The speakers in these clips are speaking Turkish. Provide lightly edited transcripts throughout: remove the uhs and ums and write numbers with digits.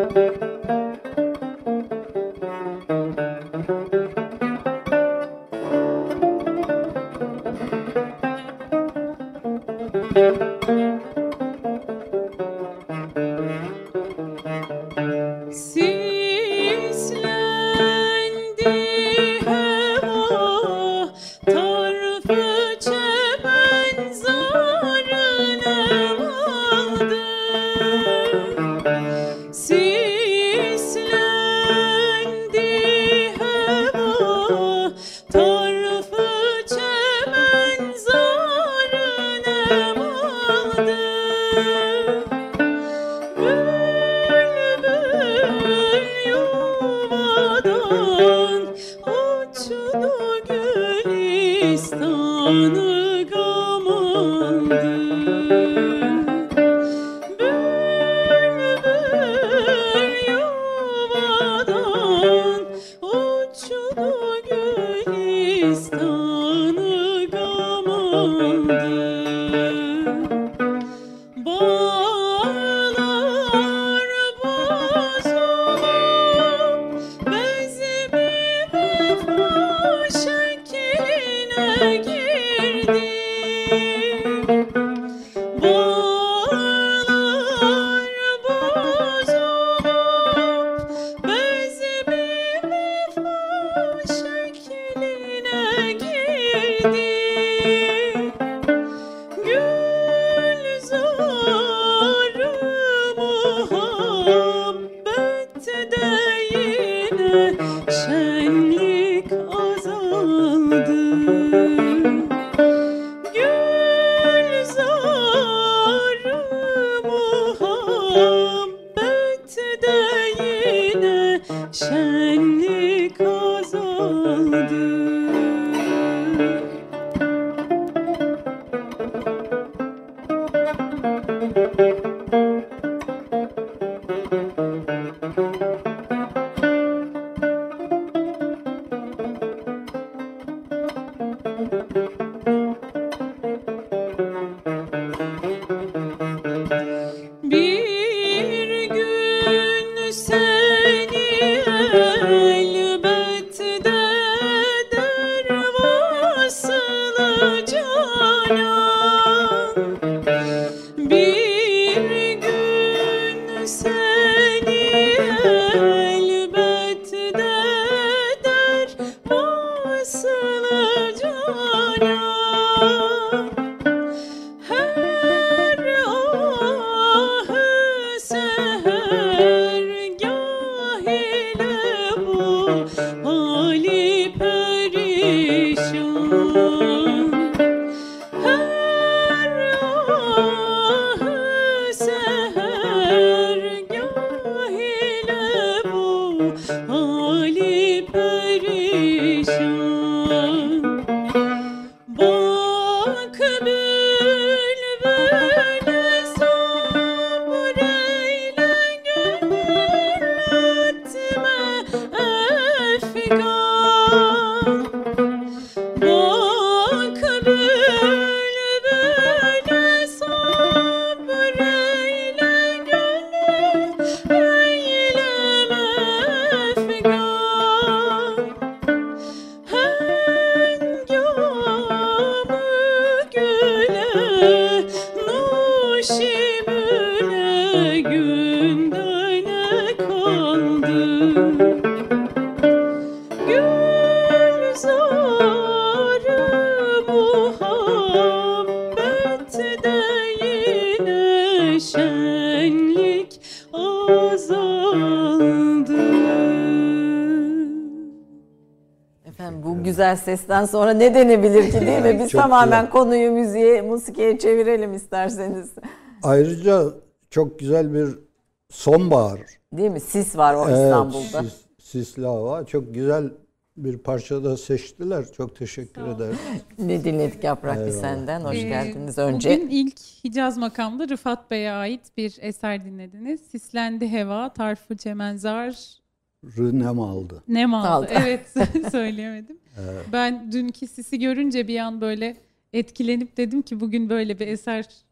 Güzel sesten sonra ne denebilir ki, değil mi? Biz tamamen güzel. Konuyu musikiye çevirelim isterseniz. Ayrıca çok güzel bir sonbahar. Değil mi? Sis var o İstanbul'da. Sisli hava. Çok güzel bir parçada seçtiler. Çok teşekkür ederim. Ne dinledik Yaprak biz senden? Hoş geldiniz önce. Bugün ilk Hicaz makamda Rıfat Bey'e ait bir eser dinlediniz. Sislendi heva, tarfı çemenzar. Nem aldı. Nem aldı. Evet, söyleyemedim. Ben dünkü sisi görünce bir an böyle etkilenip dedim ki bugün böyle bir eser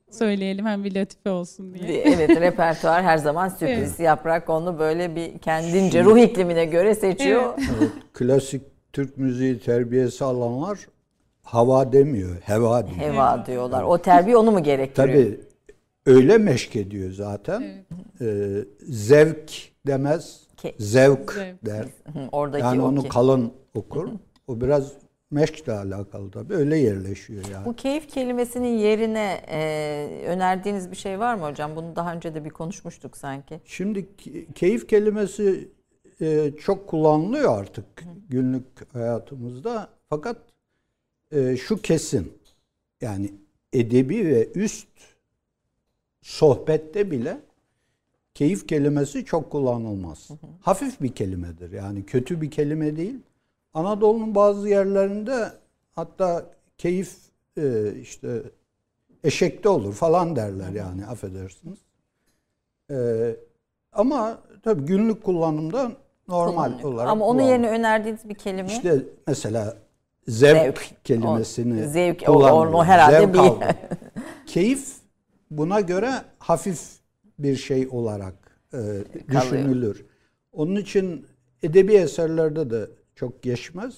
söyleyelim hem bir latife olsun diye. Evet, repertuar her zaman sürpriz. Evet. Yaprak onu böyle bir kendince ruh iklimine göre seçiyor. Evet, klasik Türk müziği terbiyesi alanlar hava demiyor, heva diyor. Heva diyorlar. O terbiye onu mu gerektiriyor? Tabii öyle meşk ediyor zaten. Zevk demez, zevk Zevk. der. Oradaki Yani onu ki. kalın okur. O biraz meşkle alakalı tabii. Öyle yerleşiyor yani. Bu keyif kelimesinin yerine önerdiğiniz bir şey var mı hocam? Bunu daha önce de bir konuşmuştuk sanki. Şimdi keyif kelimesi çok kullanılıyor artık günlük hayatımızda. Fakat şu kesin, yani edebi ve üst sohbette bile keyif kelimesi çok kullanılmaz. Hafif bir kelimedir, yani kötü bir kelime değil. Anadolu'nun bazı yerlerinde hatta keyif işte eşekte olur falan derler, yani affedersiniz. Ama tabii günlük kullanımda normal olarak Ama onun kullanılır. yerine önerdiğiniz bir kelime. İşte mesela zevk kelimesini Zevk, kullanıyor. o herhalde Zevk bir almak. Keyif buna göre hafif bir şey olarak düşünülür. Onun için edebi eserlerde de çok geçmez.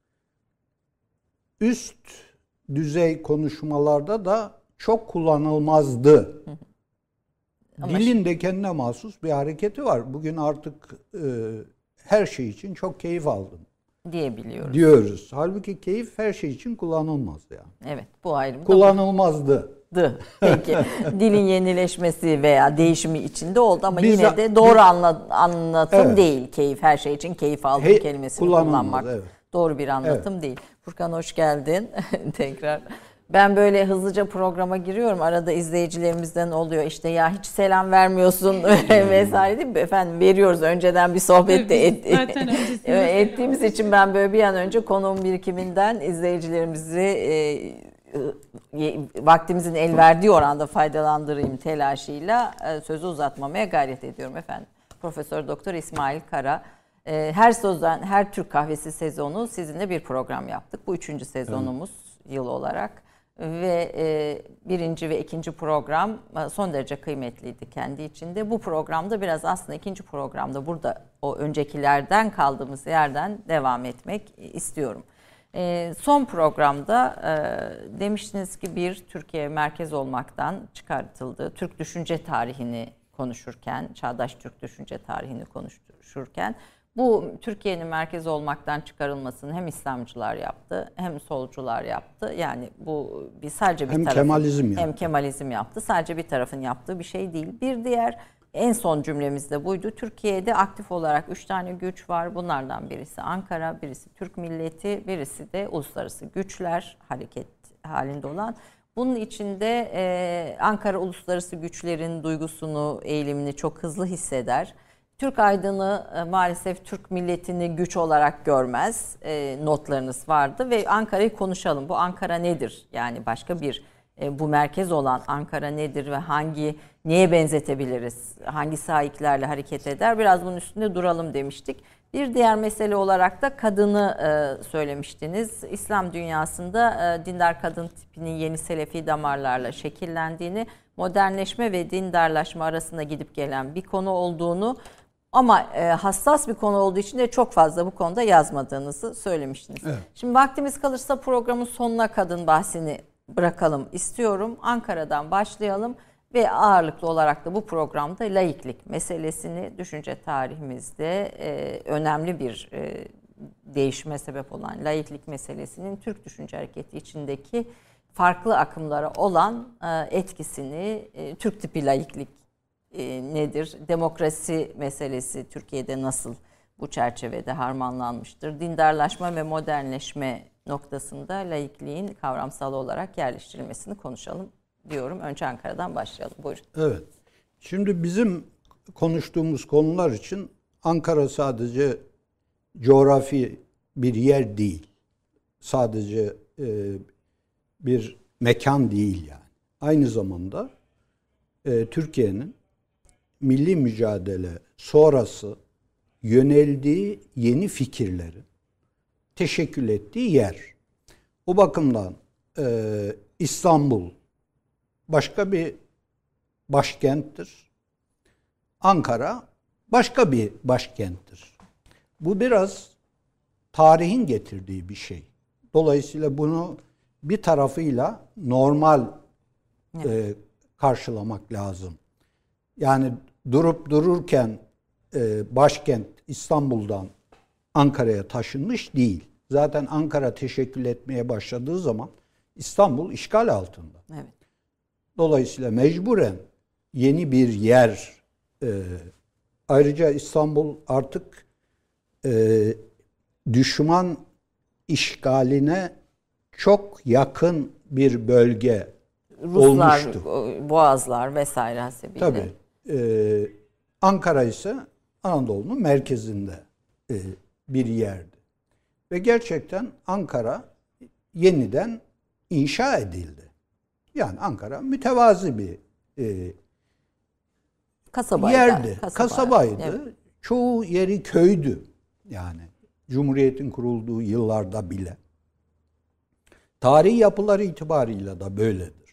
Üst düzey konuşmalarda da çok kullanılmazdı. Dilin de kendine mahsus bir hareketi var. Bugün artık her şey için çok keyif aldım diyebiliyoruz. diyoruz. Halbuki keyif her şey için kullanılmaz yani. Evet, bu ayrımda Kullanılmazdı. Peki. Dilin yenileşmesi veya değişimi içinde oldu ama Biz- yine de doğru anlatım Evet. değil. Keyif, her şey için keyif aldım kelimesini kullanmak. Evet. Doğru bir anlatım değil. Furkan hoş geldin tekrar. Ben böyle hızlıca programa giriyorum. Arada izleyicilerimizden oluyor işte ya hiç selam vermiyorsun vesaire değil mi? Efendim veriyoruz. Önceden bir sohbet de Zaten öncesinde ettiğimiz için ben böyle bir an önce konuğum birikiminden izleyicilerimizi vaktimizin el verdiği oranda faydalandırayım telaşıyla sözü uzatmamaya gayret ediyorum efendim. Profesör Doktor İsmail Kara. Her Türk Kahvesi sezonu sizinle bir program yaptık. Bu 3. sezonumuz yıl olarak. Ve birinci ve ikinci program son derece kıymetliydi kendi içinde. Bu programda biraz aslında ikinci programda burada o öncekilerden kaldığımız yerden devam etmek istiyorum. Son programda demiştiniz ki bir Türkiye merkez olmaktan çıkartıldı. Türk düşünce tarihini konuşurken, çağdaş Türk düşünce tarihini konuşurken bu Türkiye'nin merkez olmaktan çıkarılmasını hem İslamcılar yaptı hem solcular yaptı. Yani bu sadece bir Hem tarafın Kemalizm yaptı. hem Kemalizm yaptı. Sadece bir tarafın yaptığı bir şey değil. Bir diğer en son cümlemiz de buydu. Türkiye'de aktif olarak 3 tane güç var. Bunlardan birisi Ankara, birisi Türk milleti, birisi de uluslararası güçler hareket halinde olan. Bunun içinde Ankara uluslararası güçlerin duygusunu, eğilimini çok hızlı hisseder. Türk aydını maalesef Türk milletini güç olarak görmez. Notlarınız vardı ve Ankara'yı konuşalım. Bu Ankara nedir? Yani başka bir bu merkez olan Ankara nedir ve neye benzetebiliriz? Hangi sahiplerle hareket eder? Biraz bunun üstünde duralım demiştik. Bir diğer mesele olarak da kadını söylemiştiniz. İslam dünyasında dindar kadın tipinin yeni selefi damarlarla şekillendiğini, modernleşme ve dindarlaşma arasında gidip gelen bir konu olduğunu ama hassas bir konu olduğu için de çok fazla bu konuda yazmadığınızı söylemiştiniz. Evet. Şimdi vaktimiz kalırsa programın sonuna kadın bahsini bırakalım istiyorum. Ankara'dan başlayalım ve ağırlıklı olarak da bu programda laiklik meselesini düşünce tarihimizde önemli bir değişime sebep olan laiklik meselesinin Türk düşünce hareketi içindeki farklı akımlara olan etkisini, Türk tipi laiklik nedir? Demokrasi meselesi Türkiye'de nasıl bu çerçevede harmanlanmıştır? Dindarlaşma ve modernleşme noktasında laikliğin kavramsal olarak yerleştirilmesini konuşalım diyorum. Önce Ankara'dan başlayalım. Buyurun. Evet. Şimdi bizim konuştuğumuz konular için Ankara sadece coğrafi bir yer değil. Sadece bir mekan değil yani. Aynı zamanda Türkiye'nin milli mücadele sonrası yöneldiği yeni fikirlerin teşekkül ettiği yer. O bakımdan İstanbul başka bir başkenttir. Ankara başka bir başkenttir. Bu biraz tarihin getirdiği bir şey. Dolayısıyla bunu bir tarafıyla normal karşılamak lazım. Yani durup dururken başkent İstanbul'dan Ankara'ya taşınmış değil. Zaten Ankara teşekkül etmeye başladığı zaman İstanbul işgal altında. Evet. Dolayısıyla mecburen yeni bir yer. Ayrıca İstanbul artık düşman işgaline çok yakın bir bölge Ruslar, olmuştu. Boğazlar vesaire hasebiyle. Tabii. Ankara ise Anadolu'nun merkezinde bir yerdi. Ve gerçekten Ankara yeniden inşa edildi. Yani Ankara mütevazi bir yerdi. Kasabaydı. Evet. Çoğu yeri köydü. Yani Cumhuriyet'in kurulduğu yıllarda bile. Tarihi yapıları itibarıyla da böyledir.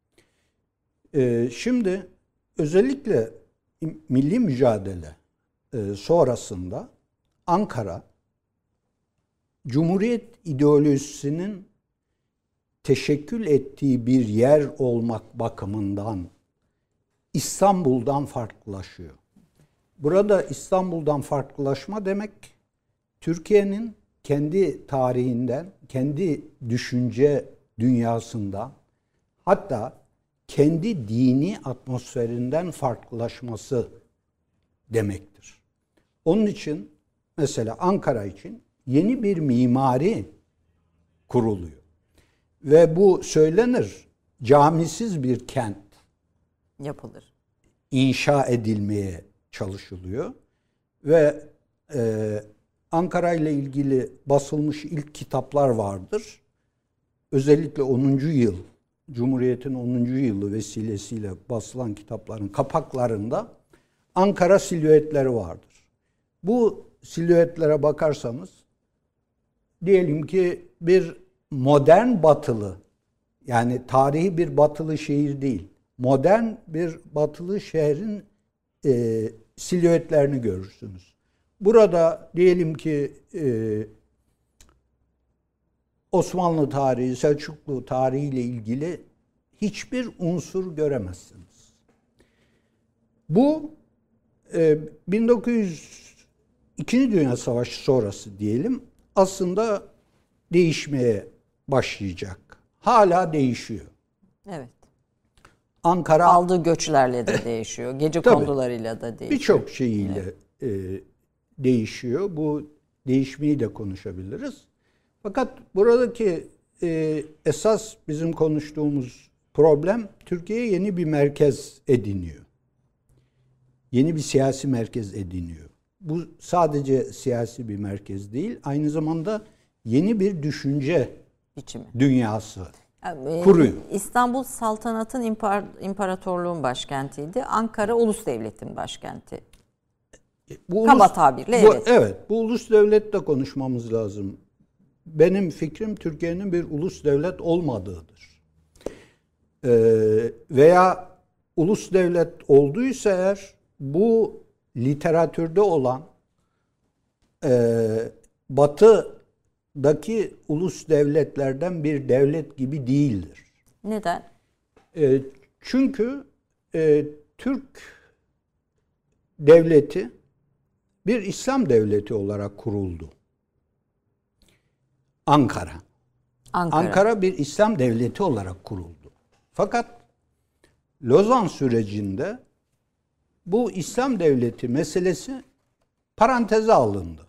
Şimdi özellikle milli mücadele sonrasında Ankara Cumhuriyet ideolojisinin teşekkül ettiği bir yer olmak bakımından İstanbul'dan farklılaşıyor. Burada İstanbul'dan farklılaşma demek, Türkiye'nin kendi tarihinden, kendi düşünce dünyasından, hatta kendi dini atmosferinden farklılaşması demektir. Onun için mesela Ankara için yeni bir mimari kuruluyor. Ve bu söylenir, camisiz bir kent yapılır. İnşa edilmeye çalışılıyor. Ve Ankara ile ilgili basılmış ilk kitaplar vardır. Özellikle 10. yıl, Cumhuriyet'in 10. yılı vesilesiyle basılan kitapların kapaklarında Ankara silüetleri vardır. Bu silüetlere bakarsanız, diyelim ki bir modern batılı, yani tarihi bir batılı şehir değil, modern bir batılı şehrin silüetlerini görürsünüz. Burada diyelim ki Osmanlı tarihi, Selçuklu tarihiyle ilgili hiçbir unsur göremezsiniz. Bu 2. Dünya Savaşı sonrası diyelim, aslında değişmeye başlayacak. Hala değişiyor. Evet. Ankara aldığı göçlerle de değişiyor. Gece kondularıyla da değişiyor. Birçok şeyiyle değişiyor. Bu değişmeyi de konuşabiliriz. Fakat buradaki esas bizim konuştuğumuz problem, Türkiye yeni bir merkez ediniyor. Yeni bir siyasi merkez ediniyor. Bu sadece siyasi bir merkez değil, aynı zamanda yeni bir düşünce biçimi, dünyası kuruyor. İstanbul saltanatın imparatorluğun başkentiydi. Ankara ulus devletin başkenti. Kaba tabirle evet. Evet, bu ulus devletle konuşmamız lazım. Benim fikrim Türkiye'nin bir ulus devlet olmadığıdır. Veya ulus devlet olduysa eğer, bu literatürde olan Batı'daki ulus devletlerden bir devlet gibi değildir. Neden? Çünkü Türk devleti bir İslam devleti olarak kuruldu. Ankara bir İslam devleti olarak kuruldu. Fakat Lozan sürecinde bu İslam devleti meselesi paranteze alındı.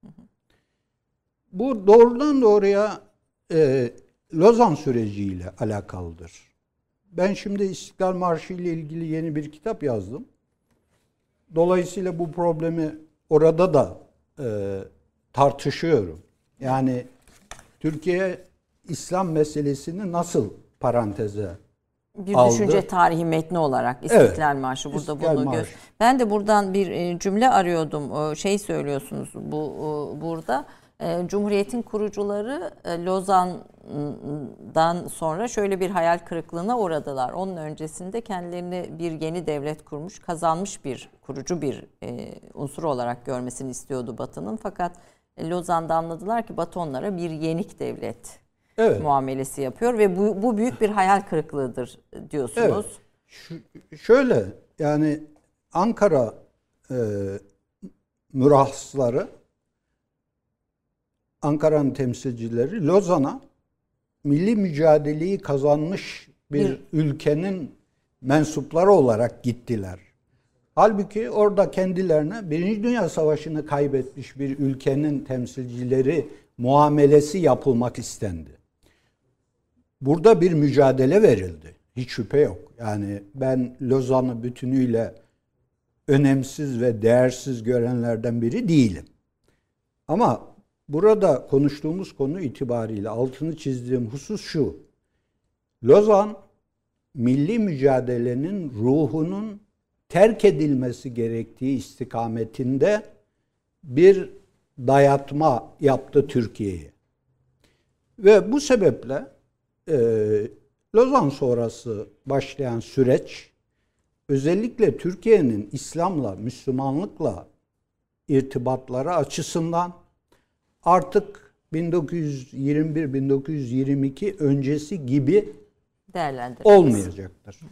Bu doğrudan doğruya Lozan süreciyle alakalıdır. Ben şimdi İstiklal Marşı ile ilgili yeni bir kitap yazdım. Dolayısıyla bu problemi orada da tartışıyorum. Yani Türkiye İslam meselesini nasıl paranteze bir aldı? Düşünce tarihi metni olarak İstiklal Marşı burada İstiklal bunu Ben de buradan bir cümle arıyordum. Söylüyorsunuz burada. Cumhuriyet'in kurucuları Lozan'dan sonra şöyle bir hayal kırıklığına uğradılar. Onun öncesinde kendilerini bir yeni devlet kurmuş, kazanmış bir kurucu bir unsur olarak görmesini istiyordu Batı'nın. Fakat Lozan'da anladılar ki Batı onlara bir yenik devlet muamelesi yapıyor ve bu büyük bir hayal kırıklığıdır diyorsunuz. Evet. Şöyle yani Ankara mürahsları, Ankara'nın temsilcileri Lozan'a milli mücadeleyi kazanmış bir ülkenin mensupları olarak gittiler. Halbuki orada kendilerine Birinci Dünya Savaşı'nı kaybetmiş bir ülkenin temsilcileri muamelesi yapılmak istendi. Burada bir mücadele verildi. Hiç şüphe yok. Yani ben Lozan'ı bütünüyle önemsiz ve değersiz görenlerden biri değilim. Ama burada konuştuğumuz konu itibariyle altını çizdiğim husus şu. Lozan, milli mücadelenin ruhunun terk edilmesi gerektiği istikametinde bir dayatma yaptı Türkiye'ye. Ve bu sebeple Lozan sonrası başlayan süreç özellikle Türkiye'nin İslam'la, Müslümanlıkla irtibatları açısından artık 1921-1922 öncesi gibi olmayacaktır.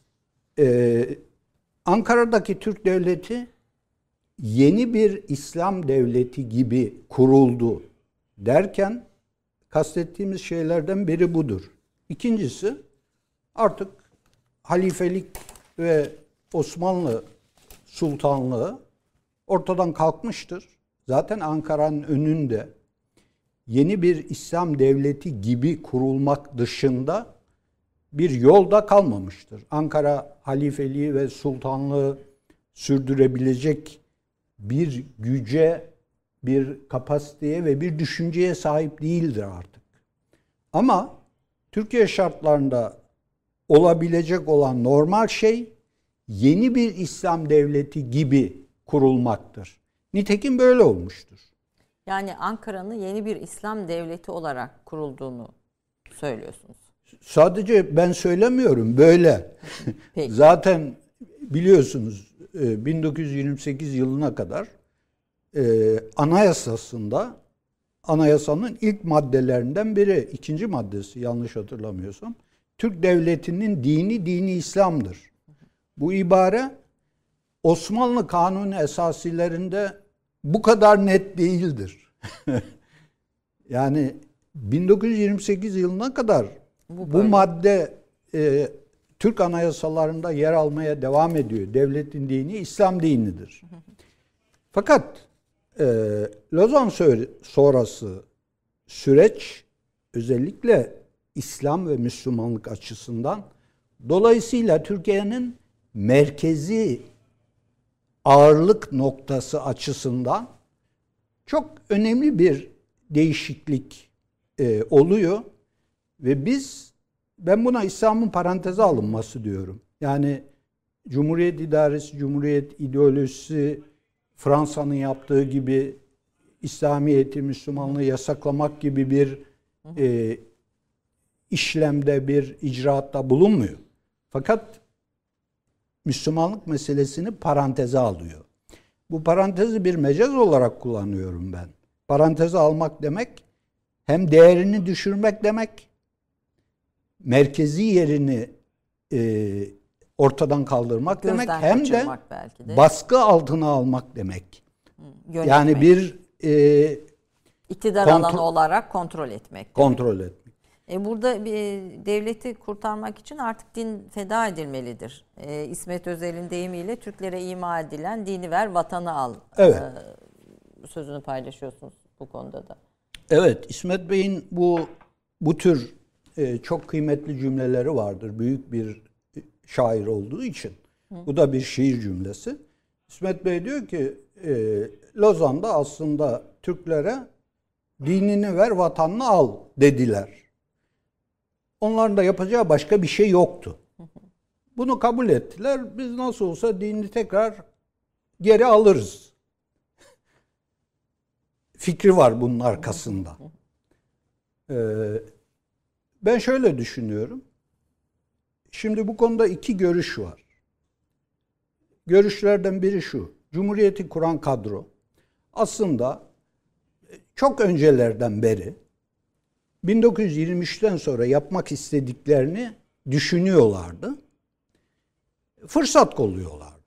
Ankara'daki Türk Devleti yeni bir İslam devleti gibi kuruldu derken kastettiğimiz şeylerden biri budur. İkincisi artık halifelik ve Osmanlı Sultanlığı ortadan kalkmıştır. Zaten Ankara'nın önünde yeni bir İslam devleti gibi kurulmak dışında bir yolda kalmamıştır. Ankara halifeliği ve sultanlığı sürdürebilecek bir güce, bir kapasiteye ve bir düşünceye sahip değildir artık. Ama Türkiye şartlarında olabilecek olan normal şey yeni bir İslam devleti gibi kurulmaktır. Nitekim böyle olmuştur. Yani Ankara'nın yeni bir İslam devleti olarak kurulduğunu söylüyorsunuz. Sadece ben söylemiyorum, böyle. Peki. Zaten biliyorsunuz 1928 yılına kadar anayasasında, anayasanın ilk maddelerinden biri, ikinci maddesi yanlış hatırlamıyorsam, Türk devletinin dini İslam'dır. Bu ibare Osmanlı Kanunu esasilerinde bu kadar net değildir. Yani 1928 yılına kadar bu madde Türk anayasalarında yer almaya devam ediyor. Devletin dini İslam dinidir. Fakat Lozan sonrası süreç özellikle İslam ve Müslümanlık açısından dolayısıyla Türkiye'nin merkezi ağırlık noktası açısından çok önemli bir değişiklik oluyor ve ben buna İslam'ın paranteze alınması diyorum. Yani Cumhuriyet idaresi, Cumhuriyet ideolojisi, Fransa'nın yaptığı gibi İslamiyet'i, Müslümanlığı yasaklamak gibi bir işlemde, bir icraatta bulunmuyor. Fakat Müslümanlık meselesini paranteze alıyor. Bu parantezi bir mecaz olarak kullanıyorum ben. Paranteze almak demek hem değerini düşürmek demek, merkezi yerini ortadan kaldırmak demek, hem de baskı altına almak demek. Yönetmek. Yani bir iktidar alanı olarak kontrol etmek. Kontrol etmek. Burada bir devleti kurtarmak için artık din feda edilmelidir. İsmet Özel'in deyimiyle Türklere ima edilen dini ver, vatanı al. Evet. Sözünü paylaşıyorsunuz bu konuda da. Evet, İsmet Bey'in bu tür çok kıymetli cümleleri vardır. Büyük bir şair olduğu için. Bu da bir şiir cümlesi. İsmet Bey diyor ki Lozan'da aslında Türklere dinini ver, vatanını al dediler. Onların da yapacağı başka bir şey yoktu. Bunu kabul ettiler. Biz nasıl olsa dinini tekrar geri alırız fikri var bunun arkasında. Ben şöyle düşünüyorum. Şimdi bu konuda iki görüş var. Görüşlerden biri şu. Cumhuriyeti kuran kadro aslında çok öncelerden beri 1923'ten sonra yapmak istediklerini düşünüyorlardı. Fırsat kolluyorlardı.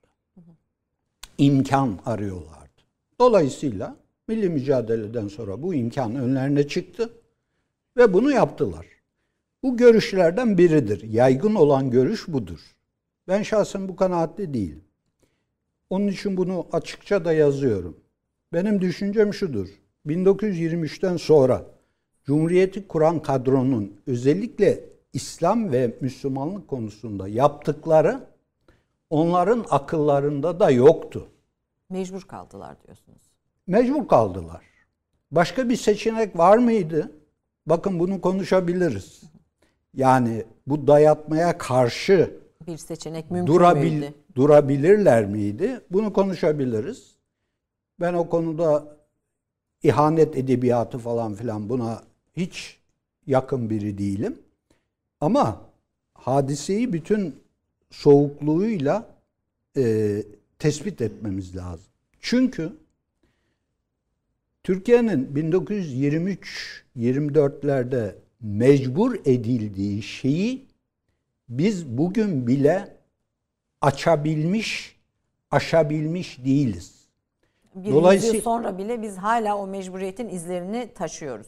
İmkan arıyorlardı. Dolayısıyla milli mücadeleden sonra bu imkan önlerine çıktı ve bunu yaptılar. Bu görüşlerden biridir. Yaygın olan görüş budur. Ben şahsen bu kanaatte değilim. Onun için bunu açıkça da yazıyorum. Benim düşüncem şudur. 1923'ten sonra Cumhuriyeti kuran kadronun özellikle İslam ve Müslümanlık konusunda yaptıkları onların akıllarında da yoktu. Mecbur kaldılar diyorsunuz. Mecbur kaldılar. Başka bir seçenek var mıydı? Bakın bunu konuşabiliriz. Yani bu dayatmaya karşı bir seçenek mümkün müydü? Durabilirler miydi? Bunu konuşabiliriz. Ben o konuda ihanet edebiyatı falan filan buna hiç yakın biri değilim. Ama hadiseyi bütün soğukluğuyla tespit etmemiz lazım. Çünkü Türkiye'nin 1923-24'lerde mecbur edildiği şeyi biz bugün bile aşabilmiş değiliz. Bir yıl sonra bile biz hala o mecburiyetin izlerini taşıyoruz.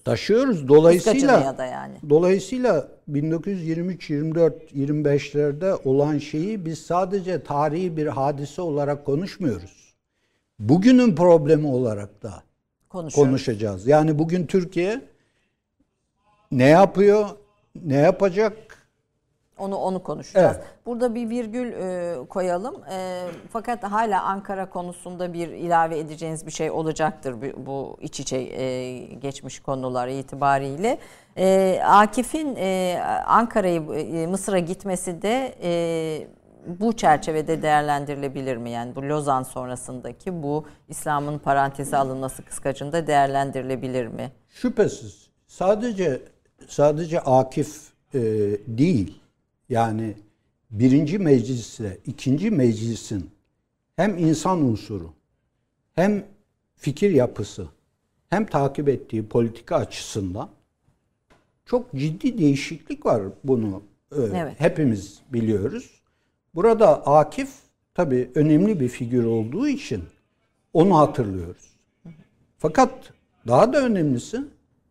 Dolayısıyla 1923, 24, 25'lerde olan şeyi biz sadece tarihi bir hadise olarak konuşmuyoruz. Bugünün problemi olarak da konuşacağız. Yani bugün Türkiye ne yapıyor, ne yapacak? Onu konuşacağız. Evet. Burada bir virgül koyalım. Fakat hala Ankara konusunda bir ilave edeceğiniz bir şey olacaktır bu iç içe geçmiş konular itibariyle. Akif'in Ankara'yı, Mısır'a gitmesi de bu çerçevede değerlendirilebilir mi? Yani bu Lozan sonrasındaki bu İslam'ın paranteze alınması kıskacında değerlendirilebilir mi? Şüphesiz. Sadece Akif değil. Yani birinci meclisle ikinci meclisin hem insan unsuru, hem fikir yapısı, hem takip ettiği politika açısından çok ciddi değişiklik var, bunu hepimiz biliyoruz. Burada Akif tabii önemli bir figür olduğu için onu hatırlıyoruz. Fakat daha da önemlisi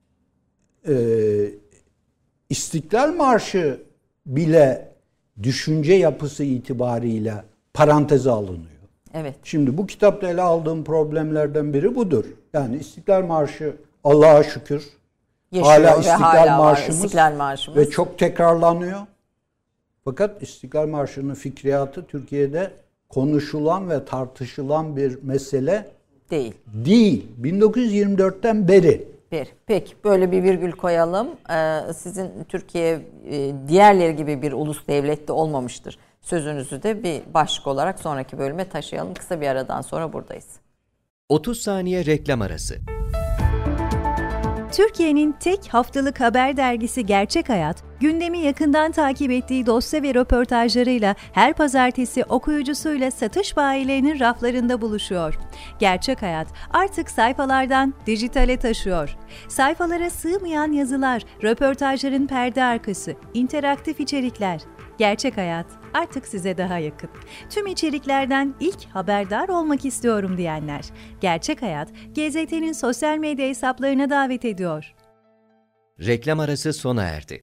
İstiklal Marşı bile düşünce yapısı itibariyle paranteze alınıyor. Evet. Şimdi bu kitapta ele aldığım problemlerden biri budur. Yani İstiklal Marşı Allah'a şükür hala İstiklal Marşımız ve çok tekrarlanıyor. Fakat İstiklal Marşı'nın fikriyatı Türkiye'de konuşulan ve tartışılan bir mesele değil. 1924'ten beri. Peki böyle bir virgül koyalım. Sizin Türkiye diğerleri gibi bir ulus devlette olmamıştır. Sözünüzü de bir başlık olarak sonraki bölüme taşıyalım. Kısa bir aradan sonra buradayız. 30 saniye reklam arası. Türkiye'nin tek haftalık haber dergisi Gerçek Hayat, gündemi yakından takip ettiği dosya ve röportajlarıyla her pazartesi okuyucusuyla satış bayilerinin raflarında buluşuyor. Gerçek Hayat artık sayfalardan dijitale taşıyor. Sayfalara sığmayan yazılar, röportajların perde arkası, interaktif içerikler. Gerçek Hayat artık size daha yakın. Tüm içeriklerden ilk haberdar olmak istiyorum diyenler. Gerçek Hayat, GZT'nin sosyal medya hesaplarına davet ediyor. Reklam arası sona erdi.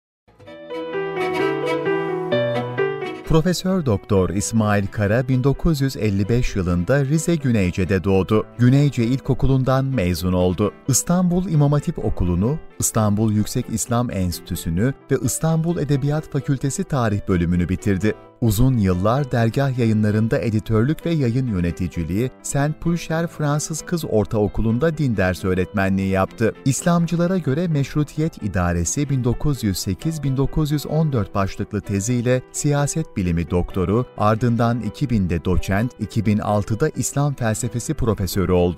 Profesör Doktor İsmail Kara 1955 yılında Rize Güneyce'de doğdu. Güneyce İlkokulu'ndan mezun oldu. İstanbul İmam Hatip Okulu'nu, İstanbul Yüksek İslam Enstitüsü'nü ve İstanbul Edebiyat Fakültesi Tarih bölümünü bitirdi. Uzun yıllar dergah yayınlarında editörlük ve yayın yöneticiliği, Saint Pulcher Fransız Kız Ortaokulu'nda din dersi öğretmenliği yaptı. İslamcılara göre Meşrutiyet İdaresi 1908-1914 başlıklı teziyle siyaset bilimi doktoru, ardından 2000'de doçent, 2006'da İslam felsefesi profesörü oldu.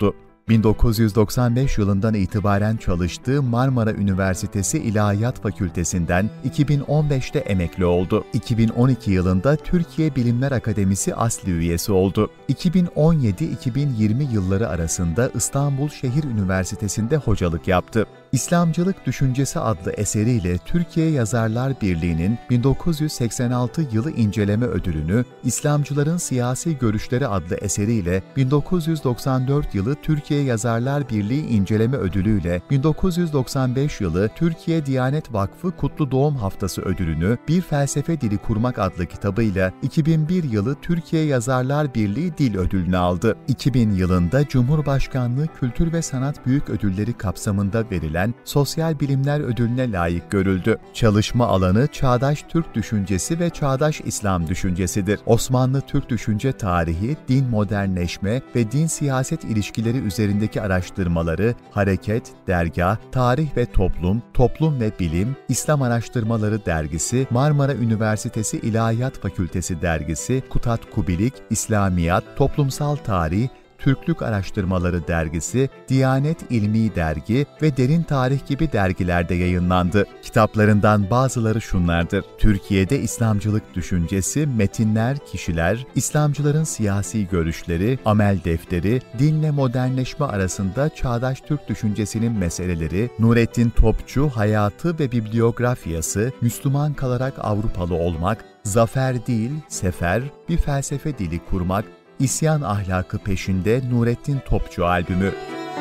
1995 yılından itibaren çalıştığı Marmara Üniversitesi İlahiyat Fakültesinden 2015'te emekli oldu. 2012 yılında Türkiye Bilimler Akademisi asli üyesi oldu. 2017-2020 yılları arasında İstanbul Şehir Üniversitesi'nde hocalık yaptı. İslamcılık Düşüncesi adlı eseriyle Türkiye Yazarlar Birliği'nin 1986 yılı inceleme ödülünü, İslamcıların Siyasi Görüşleri adlı eseriyle 1994 yılı Türkiye Yazarlar Birliği inceleme ödülüyle 1995 yılı Türkiye Diyanet Vakfı Kutlu Doğum Haftası ödülünü, Bir Felsefe Dili Kurmak adlı kitabıyla 2001 yılı Türkiye Yazarlar Birliği Dil Ödülünü aldı. 2000 yılında Cumhurbaşkanlığı Kültür ve Sanat Büyük Ödülleri kapsamında verilen Sosyal Bilimler Ödülüne layık görüldü. Çalışma alanı Çağdaş Türk Düşüncesi ve Çağdaş İslam Düşüncesidir. Osmanlı Türk düşünce tarihi, din modernleşme ve din-siyaset ilişkileri üzerindeki araştırmaları Hareket, Dergâh, Tarih ve Toplum, Toplum ve Bilim, İslam Araştırmaları Dergisi, Marmara Üniversitesi İlahiyat Fakültesi Dergisi, Kutat Kubilik, İslamiyat, Toplumsal Tarih, Türklük Araştırmaları Dergisi, Diyanet İlmi Dergi ve Derin Tarih gibi dergilerde yayınlandı. Kitaplarından bazıları şunlardır: Türkiye'de İslamcılık Düşüncesi, Metinler, Kişiler, İslamcıların Siyasi Görüşleri, Amel Defteri, Dinle Modernleşme Arasında Çağdaş Türk Düşüncesinin Meseleleri, Nurettin Topçu Hayatı ve Bibliografyası, Müslüman Kalarak Avrupalı Olmak, Zafer Değil, Sefer, Bir Felsefe Dili Kurmak, İsyan Ahlakı Peşinde Nurettin Topçu albümü.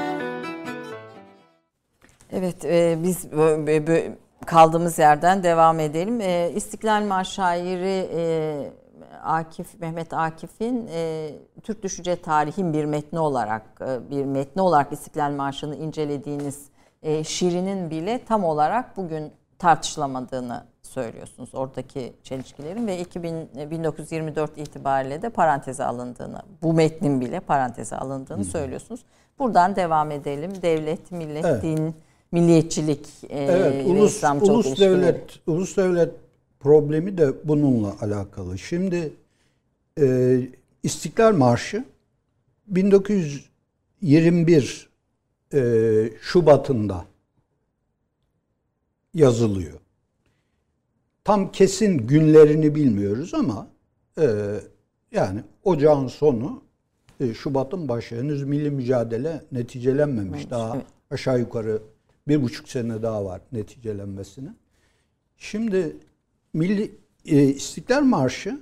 Evet, biz kaldığımız yerden devam edelim. İstiklal Marşı şairi Mehmet Akif'in Türk Düşünce Tarihi'nin bir metni olarak İstiklal Marşı'nı incelediğiniz şiirinin bile tam olarak bugün tartışılamadığını söylüyorsunuz, oradaki çelişkilerin, ve 1924 itibariyle de paranteze alındığını, bu metnin bile paranteze alındığını söylüyorsunuz. Buradan devam edelim. Devlet, millet, evet, din, milliyetçilik evet, ve İslamcılık ilişkileri. Ulus devlet problemi de bununla alakalı. Şimdi İstiklal Marşı 1921 Şubat'ında yazılıyor. Tam kesin günlerini bilmiyoruz ama yani ocağın sonu, Şubat'ın başı, henüz milli mücadele neticelenmemiş. Evet, daha evet, aşağı yukarı 1,5 sene daha var neticelenmesine. Şimdi İstiklal Marşı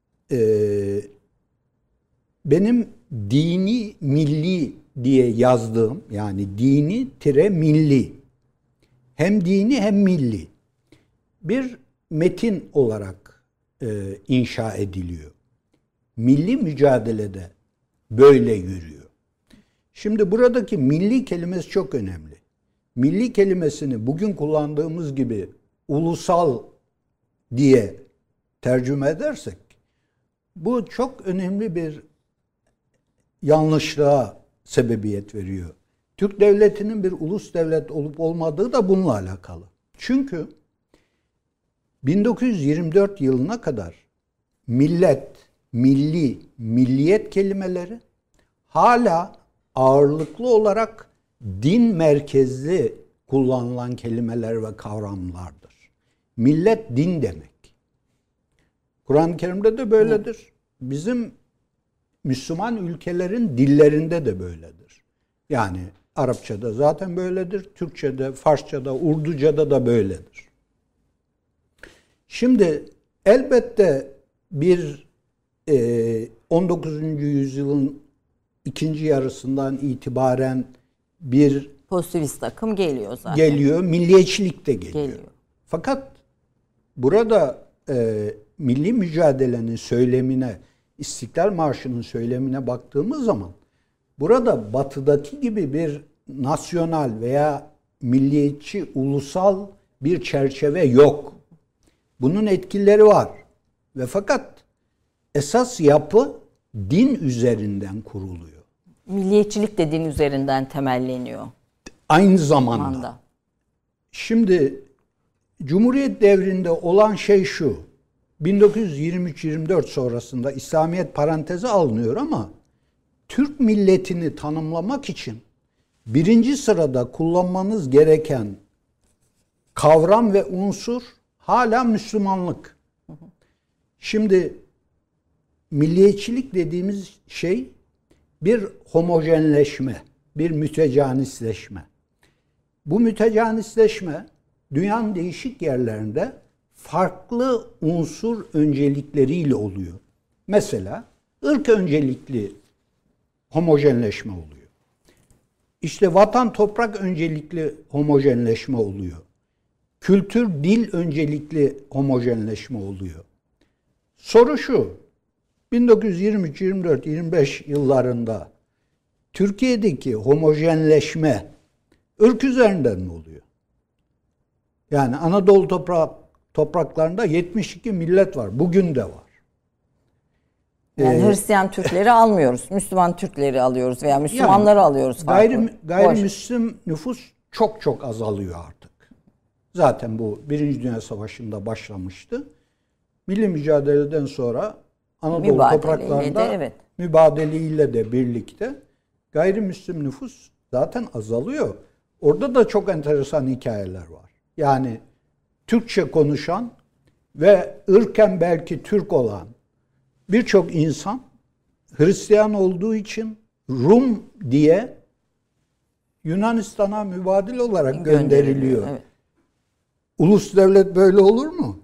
benim dini milli diye yazdığım, yani dini tire milli, hem dini hem milli bir metin olarak inşa ediliyor. Milli mücadelede böyle yürüyor. Şimdi buradaki milli kelimesi çok önemli. Milli kelimesini bugün kullandığımız gibi ulusal diye tercüme edersek, bu çok önemli bir yanlışlığa sebebiyet veriyor. Türk devletinin bir ulus devlet olup olmadığı da bununla alakalı. Çünkü 1924 yılına kadar millet, milli, milliyet kelimeleri hala ağırlıklı olarak din merkezli kullanılan kelimeler ve kavramlardır. Millet din demek. Kur'an-ı Kerim'de de böyledir. Bizim Müslüman ülkelerin dillerinde de böyledir. Yani Arapçada zaten böyledir, Türkçe'de, Farsça'da, Urduca'da da böyledir. Şimdi elbette bir 19. yüzyılın ikinci yarısından itibaren bir pozitivist akım geliyor zaten. Geliyor, milliyetçilik de geliyor. Fakat burada milli mücadelenin söylemine, İstiklal Marşı'nın söylemine baktığımız zaman burada batıdaki gibi bir nasyonal veya milliyetçi, ulusal bir çerçeve yok. Bunun etkileri var. Ve fakat esas yapı din üzerinden kuruluyor. Milliyetçilik de din üzerinden temelleniyor. Aynı zamanda. Şimdi Cumhuriyet devrinde olan şey şu. 1923-24 sonrasında İslamiyet paranteze alınıyor ama Türk milletini tanımlamak için birinci sırada kullanmanız gereken kavram ve unsur hala Müslümanlık. Şimdi milliyetçilik dediğimiz şey bir homojenleşme, bir mütecanisleşme. Bu mütecanisleşme dünyanın değişik yerlerinde farklı unsur öncelikleriyle oluyor. Mesela ırk öncelikli homojenleşme oluyor. İşte vatan toprak öncelikli homojenleşme oluyor. Kültür dil öncelikli homojenleşme oluyor. Soru şu: 1923, 24, 25 yıllarında Türkiye'deki homojenleşme ırk üzerinden mi oluyor? Yani Anadolu topraklarında 72 millet var. Bugün de var. Yani Hristiyan Türkleri almıyoruz. Müslüman Türkleri alıyoruz veya Müslümanları alıyoruz. Gayrimüslim nüfus çok çok azalıyor artık. Zaten bu Birinci Dünya Savaşı'nda başlamıştı. Milli mücadeleden sonra Anadolu topraklarında mübadeleyle de birlikte gayrimüslim nüfus zaten azalıyor. Orada da çok enteresan hikayeler var. Yani Türkçe konuşan ve ırken belki Türk olan birçok insan Hristiyan olduğu için Rum diye Yunanistan'a mübadil olarak gönderiliyor. Evet. Ulus devlet böyle olur mu?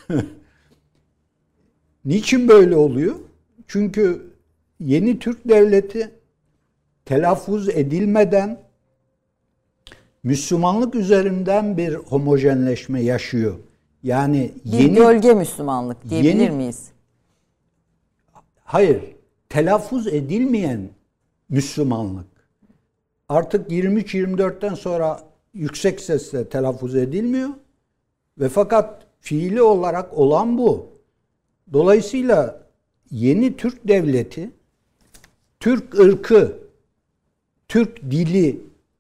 Niçin böyle oluyor? Çünkü yeni Türk devleti telaffuz edilmeden Müslümanlık üzerinden bir homojenleşme yaşıyor. Yani bir gölge Müslümanlık diyebilir miyiz? Hayır, telaffuz edilmeyen Müslümanlık. Artık 23-24'ten sonra yüksek sesle telaffuz edilmiyor ve fakat fiili olarak olan bu. Dolayısıyla yeni Türk devleti, Türk ırkı, Türk dili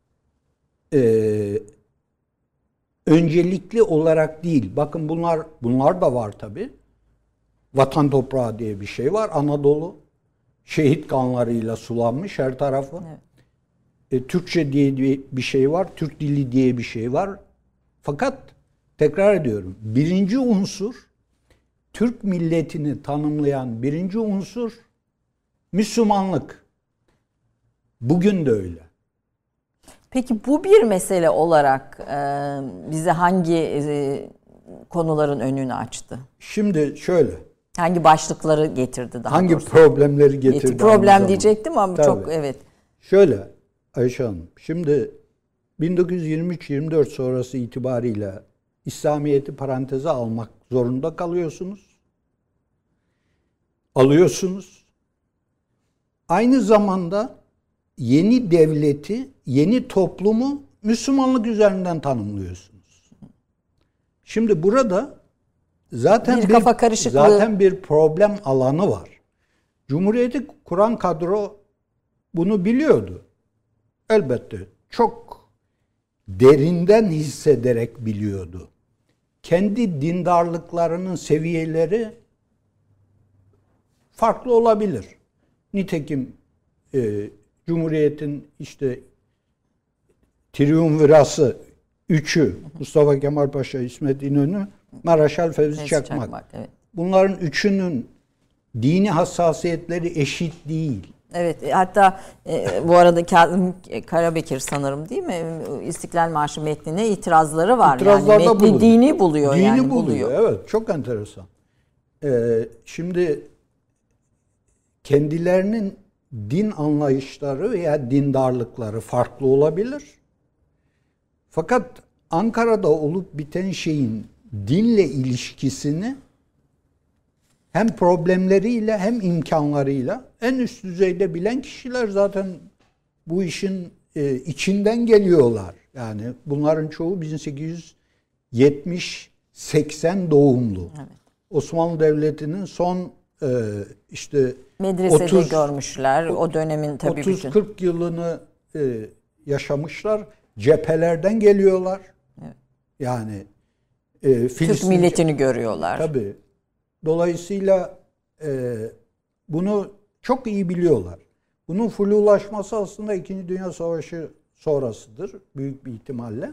öncelikli olarak değil. Bakın bunlar da var tabii. Vatan toprağı diye bir şey var. Anadolu şehit kanlarıyla sulanmış her tarafı. Evet. Türkçe diye bir şey var. Türk dili diye bir şey var. Fakat tekrar ediyorum. Birinci unsur, Türk milletini tanımlayan birinci unsur Müslümanlık. Bugün de öyle. Peki bu bir mesele olarak bize hangi konuların önünü açtı? Şimdi şöyle. Hangi başlıkları getirdi daha hangi doğrusu? Problemleri getirdi? Problem diyecektim ama tabii. Çok evet. Şöyle Ayşe Hanım. Şimdi 1923-24 sonrası itibariyle İslamiyet'i paranteze almak zorunda kalıyorsunuz. Alıyorsunuz. Aynı zamanda yeni devleti, yeni toplumu Müslümanlık üzerinden tanımlıyorsunuz. Şimdi burada zaten bir problem alanı var. Cumhuriyeti kuran kadro bunu biliyordu. Elbette çok derinden hissederek biliyordu. Kendi dindarlıklarının seviyeleri farklı olabilir. Nitekim Cumhuriyet'in işte triumvirası 3'ü Mustafa Kemal Paşa, İsmet İnönü, Maraşal Fevzi Çakmak. Evet. Bunların üçünün dini hassasiyetleri eşit değil. Evet, hatta bu arada Kazım Karabekir sanırım değil mi? İstiklal Marşı metnine itirazları var. İtirazlarda yani metni dini buluyor. Dini buluyor. Evet, çok enteresan. Şimdi kendilerinin din anlayışları veya dindarlıkları farklı olabilir. Fakat Ankara'da olup biten şeyin dinle ilişkisini hem problemleriyle hem imkanlarıyla en üst düzeyde bilen kişiler zaten bu işin içinden geliyorlar. Yani bunların çoğu 1870-80 doğumlu. Evet. Osmanlı Devleti'nin son işte medresede görmüşler. O dönemin tabii 30-40 yılını yaşamışlar. Cephelerden geliyorlar. Evet. Yani Türk milletini görüyorlar. Tabii. Dolayısıyla bunu çok iyi biliyorlar. Bunun flulaşması aslında 2. Dünya Savaşı sonrasıdır büyük bir ihtimalle.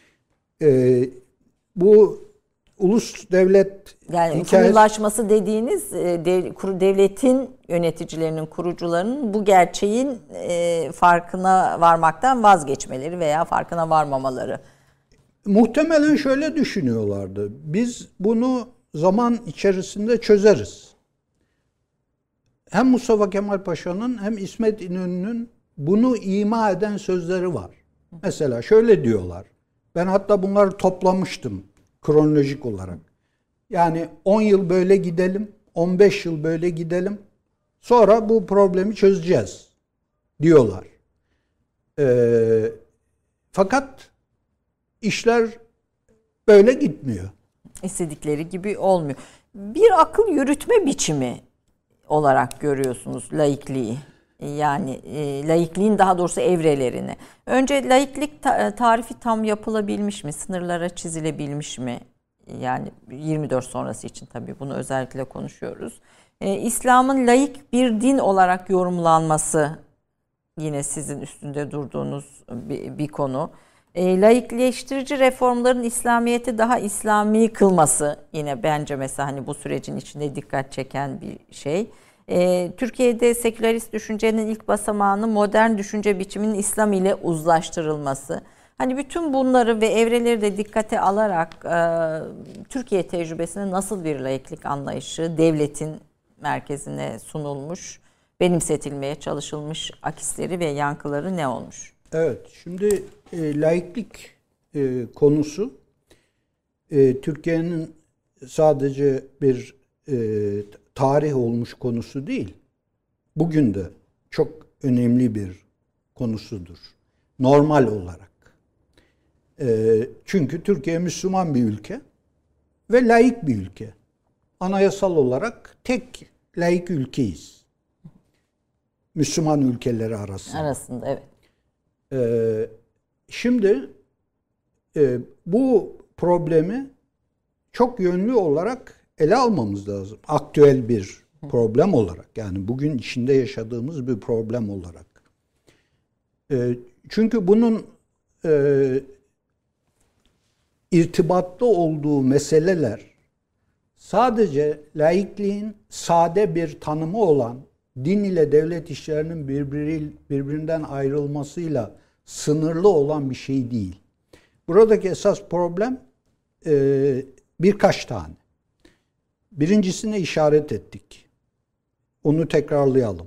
Bu ulus devlet Yani kurumlaşması dediğiniz devletin yöneticilerinin, kurucularının bu gerçeğin farkına varmaktan vazgeçmeleri veya farkına varmamaları. Muhtemelen şöyle düşünüyorlardı. Biz bunu zaman içerisinde çözeriz. Hem Mustafa Kemal Paşa'nın hem İsmet İnönü'nün bunu ima eden sözleri var. Mesela şöyle diyorlar. Ben hatta bunları toplamıştım kronolojik olarak. Yani 10 yıl böyle gidelim, 15 yıl böyle gidelim. Sonra bu problemi çözeceğiz diyorlar. Fakat işler böyle gitmiyor. İstedikleri gibi olmuyor. Bir akıl yürütme biçimi olarak görüyorsunuz laikliği. Yani laikliğin daha doğrusu evrelerini. Önce laiklik tarifi tam yapılabilmiş mi? Sınırlara çizilebilmiş mi? Yani 24 sonrası için tabii bunu özellikle konuşuyoruz. İslam'ın laik bir din olarak yorumlanması yine sizin üstünde durduğunuz bir konu. Laikleştirici reformların İslamiyet'i daha İslami kılması yine bence mesela hani bu sürecin içinde dikkat çeken bir şey. Türkiye'de sekülerist düşüncenin ilk basamağını modern düşünce biçiminin İslam ile uzlaştırılması. Hani bütün bunları ve evreleri de dikkate alarak Türkiye tecrübesine nasıl bir laiklik anlayışı devletin merkezine sunulmuş, benimsetilmeye çalışılmış akisleri ve yankıları ne olmuş? Evet, şimdi laiklik konusu Türkiye'nin sadece bir tarih olmuş konusu değil. Bugün de çok önemli bir konusudur. Normal olarak. Çünkü Türkiye Müslüman bir ülke ve laik bir ülke. Anayasal olarak tek laik ülkeyiz. Müslüman ülkeleri arasında. Arasında, evet. Şimdi bu problemi çok yönlü olarak ele almamız lazım. Aktüel bir problem olarak. Yani bugün içinde yaşadığımız bir problem olarak. Çünkü bunun irtibatlı olduğu meseleler sadece laikliğin sade bir tanımı olan din ile devlet işlerinin birbirinden ayrılmasıyla sınırlı olan bir şey değil. Buradaki esas problem birkaç tane. Birincisine işaret ettik. Onu tekrarlayalım.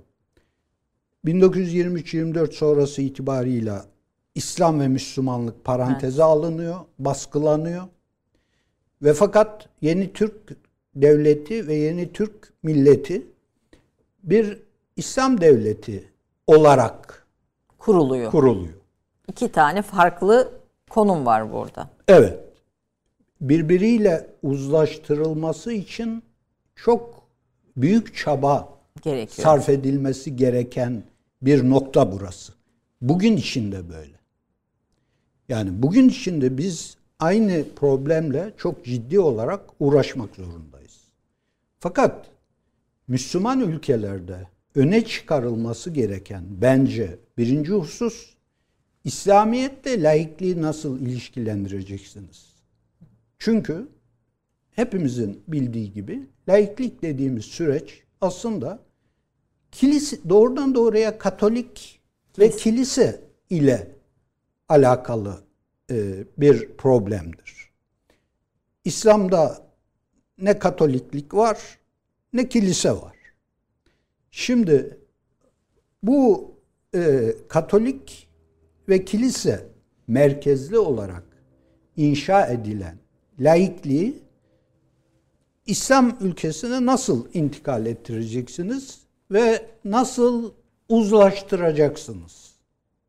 1923-24 sonrası itibarıyla İslam ve Müslümanlık paranteze alınıyor, baskılanıyor. Ve fakat yeni Türk devleti ve yeni Türk milleti bir İslam devleti olarak kuruluyor. İki tane farklı konum var burada. Evet. Birbiriyle uzlaştırılması için çok büyük çaba gerekiyor, sarf edilmesi gereken bir nokta burası. Bugün içinde böyle. Yani bugün içinde biz aynı problemle çok ciddi olarak uğraşmak zorundayız. Fakat Müslüman ülkelerde öne çıkarılması gereken bence birinci husus, İslamiyetle laikliği nasıl ilişkilendireceksiniz? Çünkü hepimizin bildiği gibi laiklik dediğimiz süreç aslında doğrudan doğruya Katolik ve kilise ile alakalı bir problemdir. İslam'da ne Katoliklik var ne kilise var. Şimdi bu Katolik ve kilise merkezli olarak inşa edilen laikliği İslam ülkesine nasıl intikal ettireceksiniz ve nasıl uzlaştıracaksınız?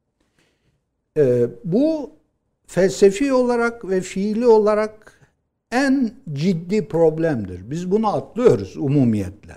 Bu felsefi olarak ve fiili olarak en ciddi problemdir. Biz bunu atlıyoruz umumiyetle.